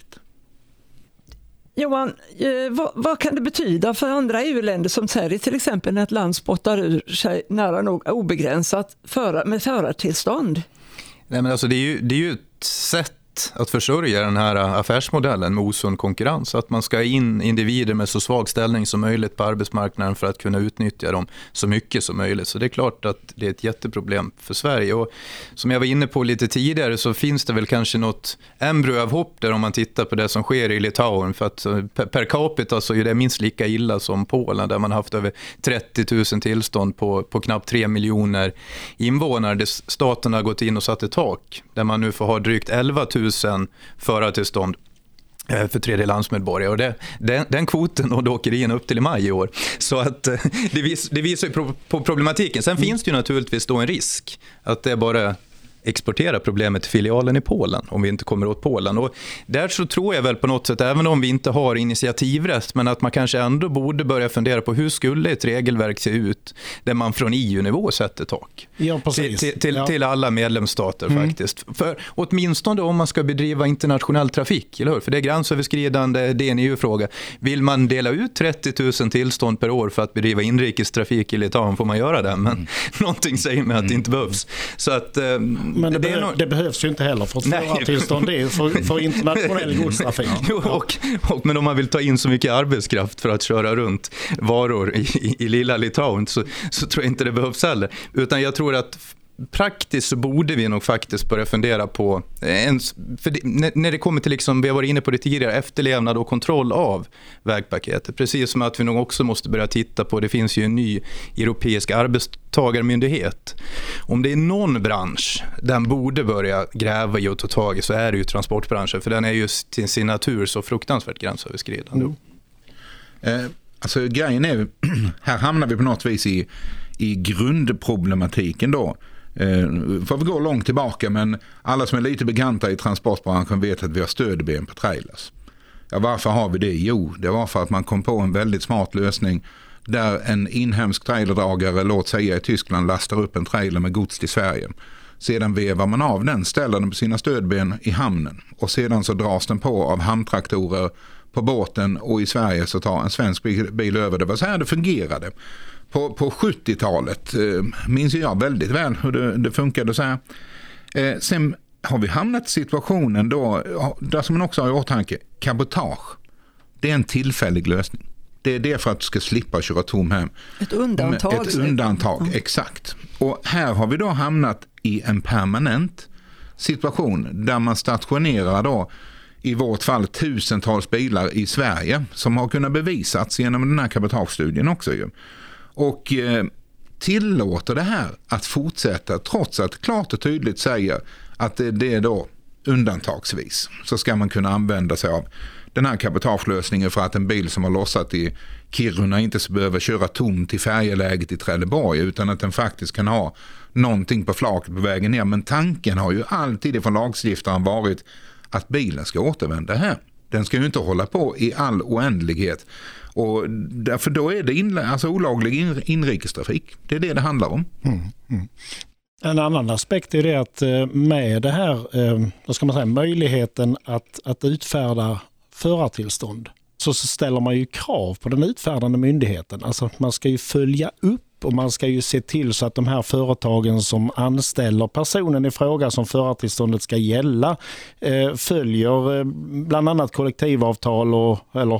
Johan, eh, vad, vad kan det betyda för andra E U-länder som Sverige, till exempel när ett land spottar ur sig nära nog obegränsat föra, med förartillstånd? Nej, men alltså det är ju, det är ju ett sätt att försörja den här affärsmodellen med osund konkurrens. Att man ska in individer med så svag ställning som möjligt på arbetsmarknaden för att kunna utnyttja dem så mycket som möjligt. Så det är klart att det är ett jätteproblem för Sverige. Och som jag var inne på lite tidigare så finns det väl kanske något embryo av hopp där om man tittar på det som sker i Litauen. För att per capita så är det minst lika illa som Polen där man har haft över trettio tusen tillstånd på, på knappt tre miljoner invånare. Där staten har gått in och satt ett tak där man nu får ha drygt elva tusen förartillstånd för tredje landsmedborgare. Och det, den, den kvoten och åkerierien upp till i maj i år. Så att det, vis, det visar ju på problematiken. Sen mm. finns det ju naturligtvis då en risk att det bara exportera problemet till filialen i Polen om vi inte kommer åt Polen. Och där så tror jag väl på något sätt, även om vi inte har initiativrätt, men att man kanske ändå borde börja fundera på hur skulle ett regelverk se ut där man från E U-nivå sätter tak. Ja, precis. Till, till, ja. till alla medlemsstater mm. faktiskt. För åtminstone om man ska bedriva internationell trafik, eller hur? För det är gränsöverskridande, det är en E U-fråga. Vill man dela ut trettio tusen tillstånd per år för att bedriva inrikestrafik i Litauen får man göra det, men mm. någonting säger mig att det inte behövs. Så att Men det, det, behö- nog... det behövs ju inte heller för att förartillstånd, det är för, för internationell godstrafik. Jo, och, och, men om man vill ta in så mycket arbetskraft för att köra runt varor i, i, i lilla Litauen så, så tror jag inte det behövs heller. Utan jag tror att praktiskt så borde vi nog faktiskt börja fundera på en, för det, när, när det kommer till, liksom, vi har varit inne på det tidigare, efterlevnad och kontroll av vägpaketet. Precis som att vi nog också måste börja titta på, det finns ju en ny europeisk arbetstagarmyndighet. Om det är någon bransch den borde börja gräva i och ta tag i så är det ju transportbranschen, för den är ju till sin natur så fruktansvärt gränsöverskridande. Mm. Eh, alltså grejen är, här hamnar vi på något vis i, i grundproblematiken då. Eh, får vi gå långt tillbaka, men alla som är lite bekanta i transportbranschen vet att vi har stödben på trailers. Ja, varför har vi det? Jo, det var för att man kom på en väldigt smart lösning där en inhemsk trailerdragare, låt säga i Tyskland, lastar upp en trailer med gods till Sverige. Sedan vevar man av den, ställer den på sina stödben i hamnen och sedan så dras den på av hamntraktorer på båten, och i Sverige så tar en svensk bil, bil över. Det var så här det fungerade. På, på sjuttiotalet eh, minns jag väldigt väl hur det, det funkade så här. Eh, sen har vi hamnat i situationen då, där som man också har i åtanke, cabotage. Det är en tillfällig lösning. Det är det för att du ska slippa köra tom hem. Ett undantag. Ett undantag, mm. exakt. Och här har vi då hamnat i en permanent situation där man stationerar då i vårt fall tusentals bilar i Sverige som har kunnat bevisats genom den här cabotagestudien också ju. Och eh, tillåter det här att fortsätta trots att klart och tydligt säger att det, det är då undantagsvis så ska man kunna använda sig av den här cabotagelösningen för att en bil som har lossat i Kiruna inte så behöver köra tom till färjeläget i Trelleborg, utan att den faktiskt kan ha någonting på flaket på vägen ner. Men tanken har ju alltid från lagstiftaren varit att bilen ska återvända här. Den ska ju inte hålla på i all oändlighet. Och därför då är det inla- alltså olaglig in- inrikestrafik. Det är det det handlar om. Mm, mm. En annan aspekt är det att med det här, vad ska man säga, möjligheten att, att utfärda förartillstånd, så ställer man ju krav på den utfärdande myndigheten. Alltså man ska ju följa upp och man ska ju se till så att de här företagen som anställer personen i fråga som förartillståndet ska gälla eh, följer eh, bland annat kollektivavtal och eller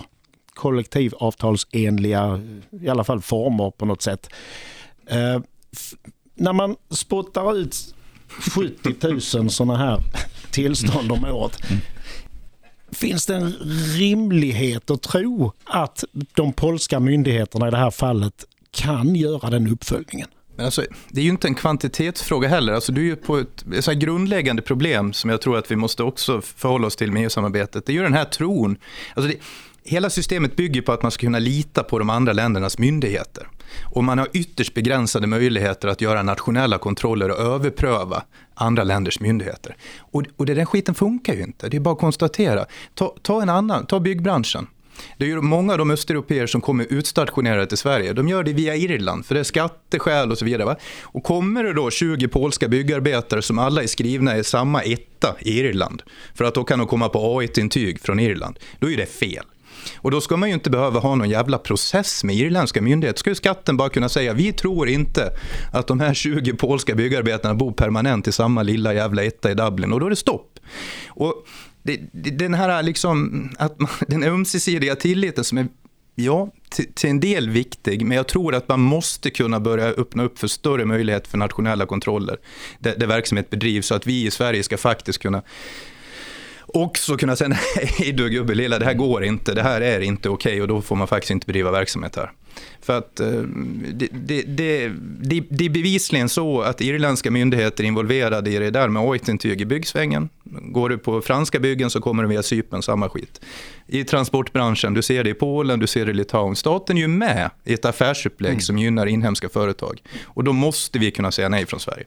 kollektivavtalsenliga i alla fall former på något sätt. Eh, f- när man spottar ut sjuttio tusen sådana här tillstånd om året, finns det en rimlighet att tro att de polska myndigheterna i det här fallet kan göra den uppföljningen? Men alltså, det är ju inte en kvantitetsfråga heller. Alltså, du är ju på ett, ett så här grundläggande problem som jag tror att vi måste också förhålla oss till med E U-samarbetet. Det är ju den här tron. Alltså det, hela systemet bygger på att man ska kunna lita på de andra ländernas myndigheter. Och man har ytterst begränsade möjligheter att göra nationella kontroller och överpröva andra länders myndigheter. Och, och det den skiten funkar ju inte. Det är bara att konstatera. Ta, ta en annan, ta byggbranschen. Det är ju många av de östeuropeer som kommer utstationerade till Sverige. De gör det via Irland för det är skatteskäl och så vidare. Va? Och kommer det då tjugo polska byggarbetare som alla är skrivna i samma etta i Irland för att då kan de komma på A ett-intyg från Irland, då är det fel. Och då ska man ju inte behöva ha någon jävla process med irländska myndigheter. Ska ju skatten bara kunna säga, vi tror inte att de här tjugo polska byggarbetarna bor permanent i samma lilla jävla etta i Dublin. Och då är det stopp. Och det, det, den här liksom, att man, den ömsesidiga tilliten som är, ja, till, till en del viktig, men jag tror att man måste kunna börja öppna upp för större möjlighet för nationella kontroller där, där verksamhet bedrivs, så att vi i Sverige ska faktiskt kunna också kunna säga, nej du gubbe lilla, det här går inte, det här är inte okej, och då får man faktiskt inte bedriva verksamhet här. För att det, det, det, det, det är bevisligen så att irländska myndigheter är involverade i det där med A ett-intyg i byggsvängen. Går du på franska byggen så kommer det via Cypern, samma skit. I transportbranschen, du ser det i Polen, du ser det i Litauen. Staten är ju med i ett affärsupplägg mm. som gynnar inhemska företag. Och då måste vi kunna säga nej från Sverige.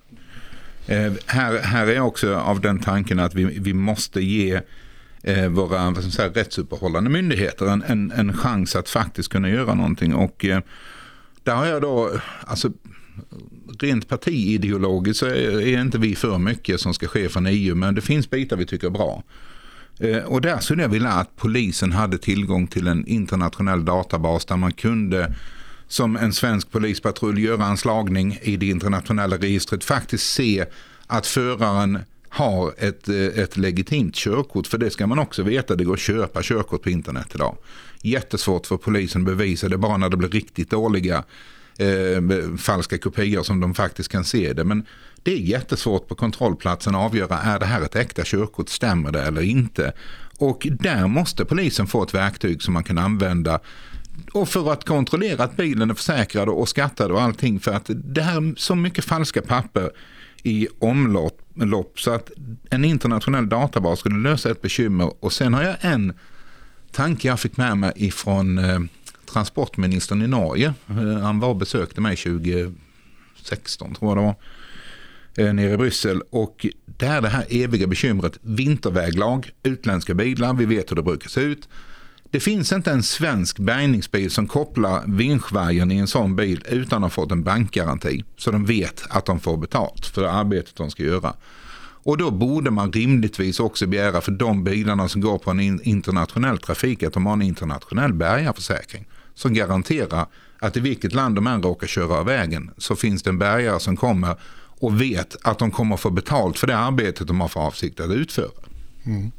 Eh, här, här är också av den tanken att vi, vi måste ge eh, våra vad ska man säga, rättsuppehållande myndigheter en, en, en chans att faktiskt kunna göra någonting. Och eh, där har jag då, alltså rent partiideologiskt så är, är inte vi för mycket som ska ske från E U, men det finns bitar vi tycker är bra. Eh, och där skulle jag vilja att polisen hade tillgång till en internationell databas där man kunde, som en svensk polispatrull, göra en slagning i det internationella registret, faktiskt se att föraren har ett, ett legitimt körkort. För det ska man också veta, det går att köpa körkort på internet idag. Jättesvårt för polisen att bevisa det, bara när det blir riktigt dåliga eh, falska kopior som de faktiskt kan se det. Men det är jättesvårt på kontrollplatsen att avgöra, är det här ett äkta körkort, stämmer det eller inte? Och där måste polisen få ett verktyg som man kan använda, och för att kontrollera att bilen är försäkrad och skattad och allting, för att det här är så mycket falska papper i omlopp så att en internationell databas skulle lösa ett bekymmer. Och sen har jag en tanke jag fick med mig ifrån eh, transportministern i Norge. Eh, han var och besökte mig tjugo sexton tror jag det var, eh, nere i Bryssel, och det är det här eviga bekymret, vinterväglag, utländska bilar, vi vet hur det brukar se ut. Det finns inte en svensk bärgningsbil som kopplar vinschvajern i en sån bil utan att ha fått en bankgaranti, så de vet att de får betalt för det arbetet de ska göra. Och då borde man rimligtvis också begära för de bilarna som går på en internationell trafik att de har en internationell bärgarförsäkring som garanterar att i vilket land de än råkar köra av vägen så finns det en bärgare som kommer och vet att de kommer få betalt för det arbetet de har för avsikt att utföra. Mm.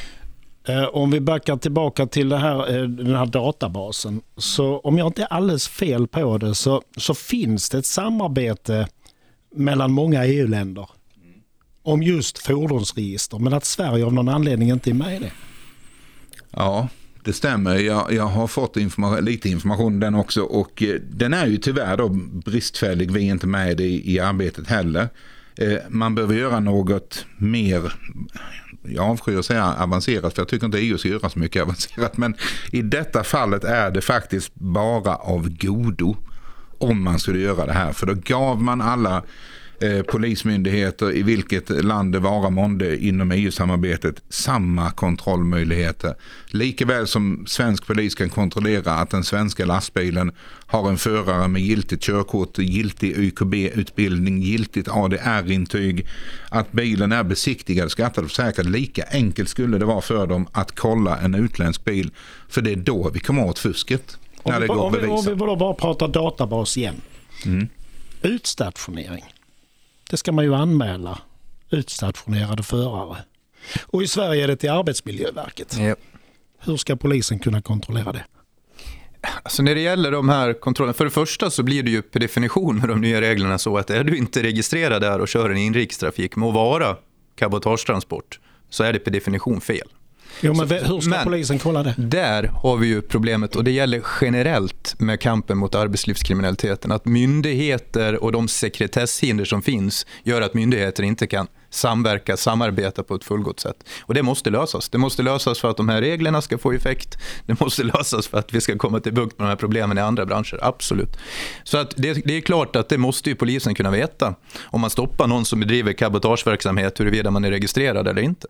Om vi backar tillbaka till det här, den här databasen, så om jag inte är alldeles fel på det så, så finns det ett samarbete mellan många E U-länder om just fordonsregister, men att Sverige av någon anledning inte är med i det. Ja, det stämmer. Jag, jag har fått informa- lite information om den också, och den är ju tyvärr då bristfällig. Vi är inte med i, i arbetet heller. Man behöver göra något mer, jag avskyr att säga avancerat, för jag tycker inte E U ska göra så mycket avancerat, men i detta fallet är det faktiskt bara av godo om man skulle göra det här, för då gav man alla eh, polismyndigheter i vilket land det vara månde inom E U-samarbetet samma kontrollmöjligheter. Likaväl som svensk polis kan kontrollera att den svenska lastbilen har en förare med giltigt körkort, giltig Y K B-utbildning, giltigt A D R-intyg, att bilen är besiktigad, skattad och försäkrad. Lika enkelt skulle det vara för dem att kolla en utländsk bil, för det är då vi kommer åt fusket. Om när vi, det går om vi, om vi bevisa. bara pratar databas igen. Mm. Utstationering. Det ska man ju anmäla utstationerade förare. Och i Sverige är det till Arbetsmiljöverket. Ja. Hur ska polisen kunna kontrollera det? Alltså när det gäller de här kontrollerna, för det första så blir det ju per definition med de nya reglerna så att är du inte registrerad där och kör en inrikstrafik med att vara cabotagetransport, så är det per definition fel. Jo, men Så, hur ska men polisen kolla det? Där har vi ju problemet, och det gäller generellt med kampen mot arbetslivskriminaliteten, att myndigheter och de sekretesshinder som finns gör att myndigheter inte kan samverka, samarbeta på ett fullgott sätt. Och det måste lösas. Det måste lösas för att de här reglerna ska få effekt. Det måste lösas för att vi ska komma till bukt med de här problemen i andra branscher. Absolut. Så att det, det är klart att det måste ju polisen kunna veta om man stoppar någon som bedriver cabotageverksamhet, huruvida man är registrerad eller inte.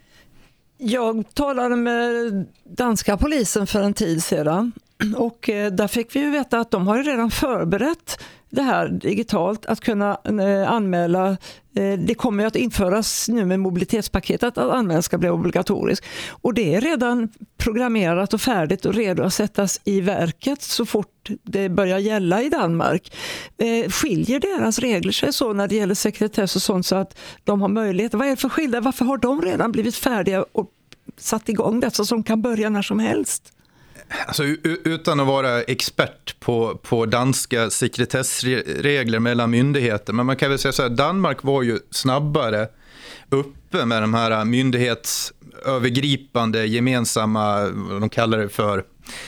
Jag talade med danska polisen för en tid sedan och där fick vi ju veta att de har ju redan förberett det här digitalt att kunna anmäla. Det kommer ju att införas nu med mobilitetspaketet att anmälan ska bli obligatorisk. Och det är redan programmerat och färdigt och redo att sättas i verket så fort det börjar gälla i Danmark. Skiljer deras regler sig så när det gäller sekretess och sånt så att de har möjlighet? Vad är det för skillnad? Varför har de redan blivit färdiga och satt igång det så som kan börja när som helst? Alltså, utan att vara expert på, på danska sekretessregler mellan myndigheter, men man kan väl säga så här, Danmark var ju snabbare uppe med de här myndighetsövergripande gemensamma, de kallar det för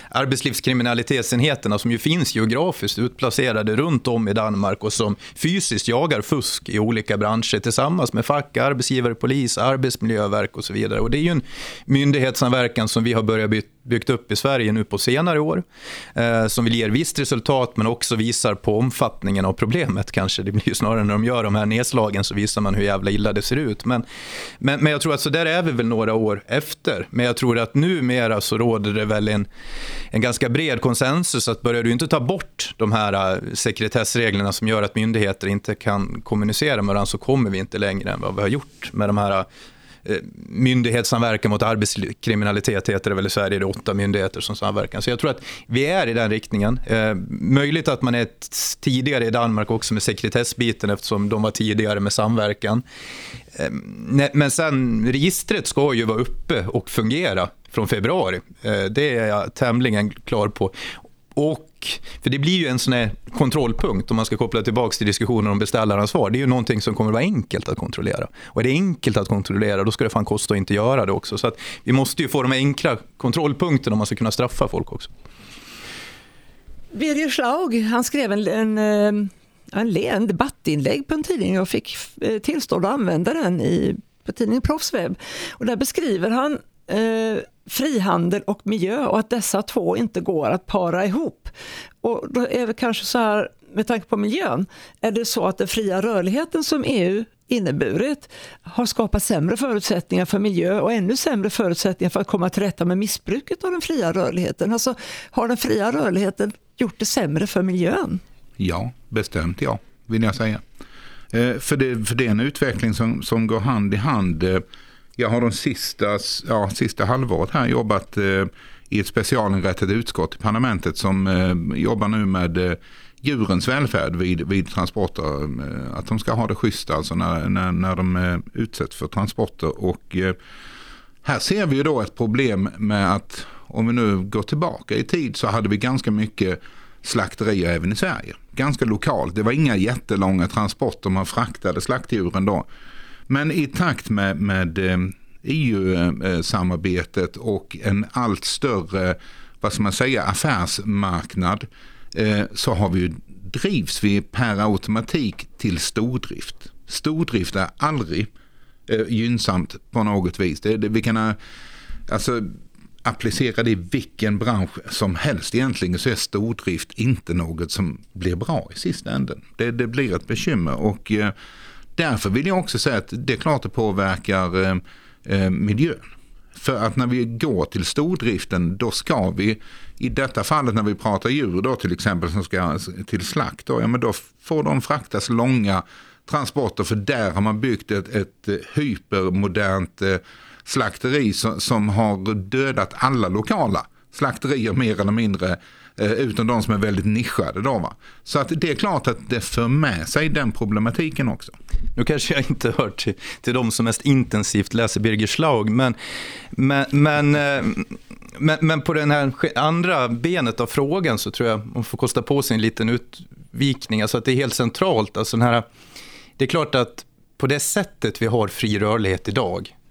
arbetslivskriminalitetsenheterna, som ju finns geografiskt utplacerade runt om i Danmark och som fysiskt jagar fusk i olika branscher tillsammans med fack, arbetsgivare, polis, arbetsmiljöverk och så vidare. Och det är ju en myndighetssamverkan som vi har börjat by- byggt upp i Sverige nu på senare år, eh, som vill ge visst resultat men också visar på omfattningen av problemet kanske. Det blir ju snarare när de gör de här nedslagen så visar man hur jävla illa det ser ut. Men, men, men jag tror att så där är vi väl några år efter. Men jag tror att numera så råder det väl en en ganska bred konsensus att börjar du inte ta bort de här sekretessreglerna som gör att myndigheter inte kan kommunicera med varandra, så kommer vi inte längre än vad vi har gjort med de här eh, myndighetssamverkan mot arbetskriminalitet heter det väl i Sverige, det är åtta myndigheter som samverkar. Så jag tror att vi är i den riktningen. Eh, möjligt att man är tidigare i Danmark också med sekretessbiten eftersom de var tidigare med samverkan. Eh, men sen registret ska ju vara uppe och fungera från februari. Det är jag tämligen klar på. Och, för det blir ju en sån här kontrollpunkt om man ska koppla tillbaka till diskussionen om beställaransvar. Det är ju någonting som kommer att vara enkelt att kontrollera. Och är det enkelt att kontrollera, då ska det fan kosta att inte göra det också. Så att vi måste ju få de enkla kontrollpunkterna om man ska kunna straffa folk också. Birger Schlaug, han skrev en, en, en, en debattinlägg på en tidning. Jag fick tillstånd att använda den i, på tidningen Proffswebb. Och där beskriver han Eh, frihandel och miljö och att dessa två inte går att para ihop. Och då är det kanske så här, med tanke på miljön, är det så att den fria rörligheten som E U inneburit har skapat sämre förutsättningar för miljö och ännu sämre förutsättningar för att komma till rätta med missbruket av den fria rörligheten. Alltså, har den fria rörligheten gjort det sämre för miljön? Ja, bestämt ja, vill jag säga. Eh, för, det, för det är en utveckling som, som går hand i hand. Eh, Jag har de sista, ja, sista halvåret här jobbat eh, i ett specialinrättat utskott i parlamentet som eh, jobbar nu med eh, djurens välfärd vid, vid transporter. Eh, att de ska ha det schysst alltså när, när, när de eh, utsätts för transporter. Och eh, här ser vi ju då ett problem med att om vi nu går tillbaka i tid så hade vi ganska mycket slakterier även i Sverige. Ganska lokalt. Det var inga jättelånga transporter man fraktade slaktdjuren då. Men i takt med, med E U-samarbetet och en allt större, vad ska man säga, affärsmarknad så har vi ju, drivs vi per automatik till stordrift. Stordrift är aldrig gynnsamt på något vis. Det, det, vi kan alltså applicera det i vilken bransch som helst egentligen, så är stordrift inte något som blir bra i sista änden. Det, det blir ett bekymmer och därför vill jag också säga att det är klart det påverkar eh, eh, miljön. För att när vi går till stordriften, då ska vi, i detta fallet när vi pratar djur då till exempel som ska till slakt, då, ja, men då får de fraktas långa transporter för där har man byggt ett, ett hypermodernt eh, slakteri som, som har dödat alla lokala slakterier mer eller mindre, utan de som är väldigt nischade då, va? Så att det är klart att det för med sig den problematiken också. Nu kanske jag inte hör till, till de som mest intensivt läser Birger Schlaug, men, men, men, men, men på den här andra benet av frågan så tror jag man får kosta på sig en liten utvikning. Alltså att det är helt centralt. Alltså den här, det är klart att på det sättet vi har fri rörlighet idag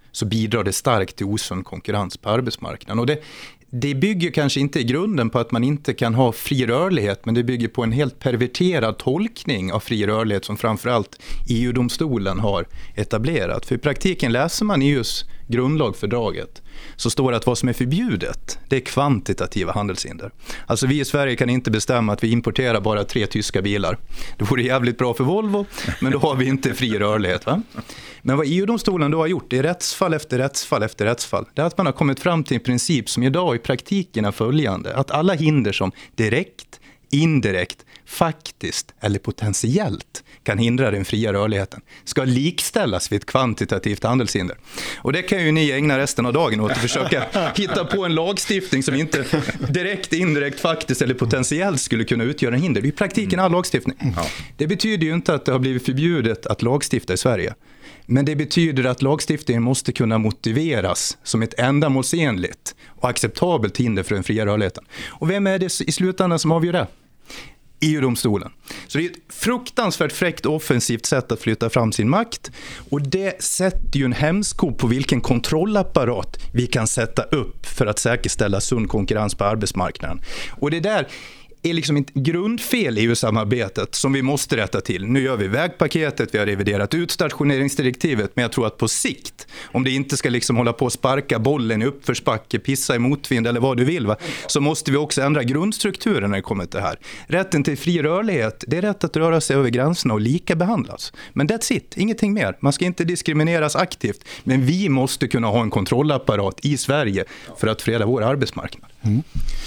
så bidrar det starkt till osund konkurrens på arbetsmarknaden. Och det, det bygger kanske inte i grunden på att man inte kan ha fri rörlighet, men det bygger på en helt perverterad tolkning av fri rörlighet som framförallt E U-domstolen har etablerat. För i praktiken läser man E U:s grundlagfördraget så står det att vad som är förbjudet, det är kvantitativa handelshinder. Alltså vi i Sverige kan inte bestämma att vi importerar bara tre tyska bilar. Det vore jävligt bra för Volvo, men då har vi inte fri rörlighet, va? Men vad E U-domstolen då har gjort, det är rättsfall efter rättsfall efter rättsfall. Det är att man har kommit fram till en princip som idag i praktiken är följande. Att alla hinder som direkt, indirekt, faktiskt eller potentiellt kan hindra den fria rörligheten ska likställas vid ett kvantitativt handelshinder. Och det kan ju ni ägna resten av dagen åt att försöka hitta på en lagstiftning som inte direkt, indirekt, faktiskt eller potentiellt skulle kunna utgöra en hinder. Det är i praktiken all lagstiftning. Det betyder ju inte att det har blivit förbjudet att lagstifta i Sverige. Men det betyder att lagstiftningen måste kunna motiveras som ett ändamålsenligt och acceptabelt hinder för den fria rörligheten. Och vem är det i slutändan som avgör det? E U-domstolen. Så det är ett fruktansvärt fräckt offensivt sätt att flytta fram sin makt, och det sätter ju en hämsko på vilken kontrollapparat vi kan sätta upp för att säkerställa sund konkurrens på arbetsmarknaden. Och det där är liksom ett grundfel i E U-samarbetet som vi måste rätta till. Nu gör vi vägpaketet, vi har reviderat utstationeringsdirektivet, men jag tror att på sikt, om det inte ska liksom hålla på att sparka bollen i uppförsbacke, pissa i motvind eller vad du vill, va, så måste vi också ändra grundstrukturen när det kommer till det här. Rätten till fri rörlighet, det är rätt att röra sig över gränserna och lika behandlas. Men that's it, ingenting mer. Man ska inte diskrimineras aktivt, men vi måste kunna ha en kontrollapparat i Sverige för att freda vår arbetsmarknad. Mm.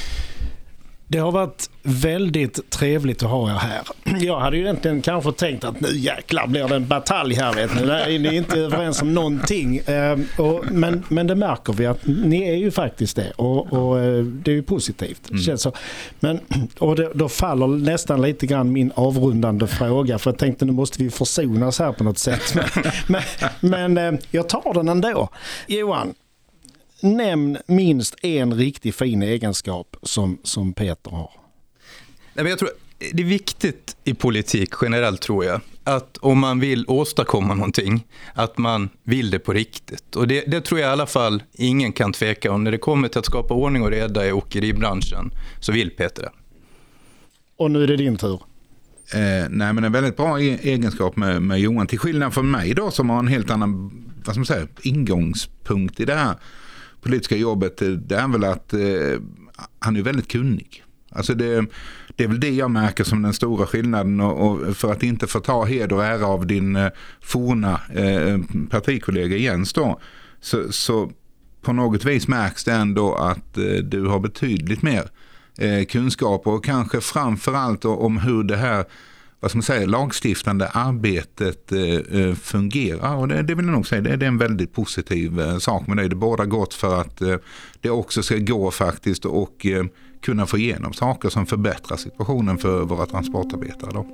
Det har varit väldigt trevligt att ha er här. Jag hade ju egentligen kanske tänkt att nu jäklar blir det en batalj här, vet ni. Ni är inte överens om någonting. Men, men det märker vi att ni är ju faktiskt det. Och, och det är ju positivt. Mm. Känns så. Men, och det, då faller nästan lite grann min avrundande fråga. För jag tänkte nu måste vi försonas här på något sätt. Men, men, men jag tar den ändå. Johan, nämn minst en riktigt fin egenskap som, som Peter har. Nej, men jag tror det är viktigt i politik generellt, tror jag, att om man vill åstadkomma någonting, att man vill det på riktigt. Och det, det tror jag i alla fall ingen kan tveka om. När det kommer till att skapa ordning och reda i åkeribranschen så vill Peter det. Och nu är det din tur. Eh, nej, men en väldigt bra egenskap med, med Johan. Till skillnad från mig då, som har en helt annan, vad ska man säga, ingångspunkt i det här politiska jobbet, det är väl att eh, han är väldigt kunnig. Alltså det, det är väl det jag märker som den stora skillnaden, och, och för att inte få ta heder och ära av din eh, forna eh, partikollega Jens då, så, så på något vis märks det ändå att eh, du har betydligt mer eh, kunskaper, och kanske framförallt om hur det här, vad ska man säga, lagstiftande arbetet eh, fungerar. Och det, det vill jag nog säga, det, det är en väldigt positiv eh, sak med det. Det är båda gott för att eh, det också ska gå faktiskt och eh, kunna få igenom saker som förbättrar situationen för våra transportarbetare då.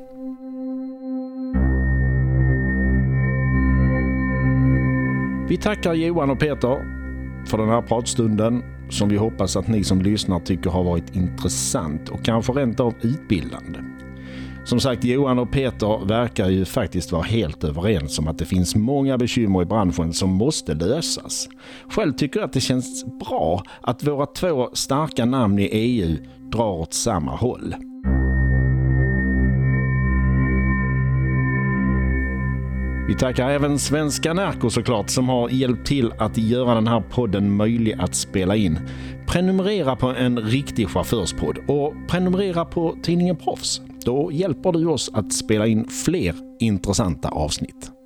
Vi tackar Johan och Peter för den här pratstunden som vi hoppas att ni som lyssnar tycker har varit intressant och kanske rent av utbildande. Som sagt, Johan och Peter verkar ju faktiskt vara helt överens om att det finns många bekymmer i branschen som måste lösas. Själv tycker jag att det känns bra att våra två starka namn i E U drar åt samma håll. Vi tackar även Svenska Närko såklart, som har hjälpt till att göra den här podden möjlig att spela in. Prenumerera på en riktig chaufförspodd och prenumerera på tidningen Proffs. Då hjälper du oss att spela in fler intressanta avsnitt.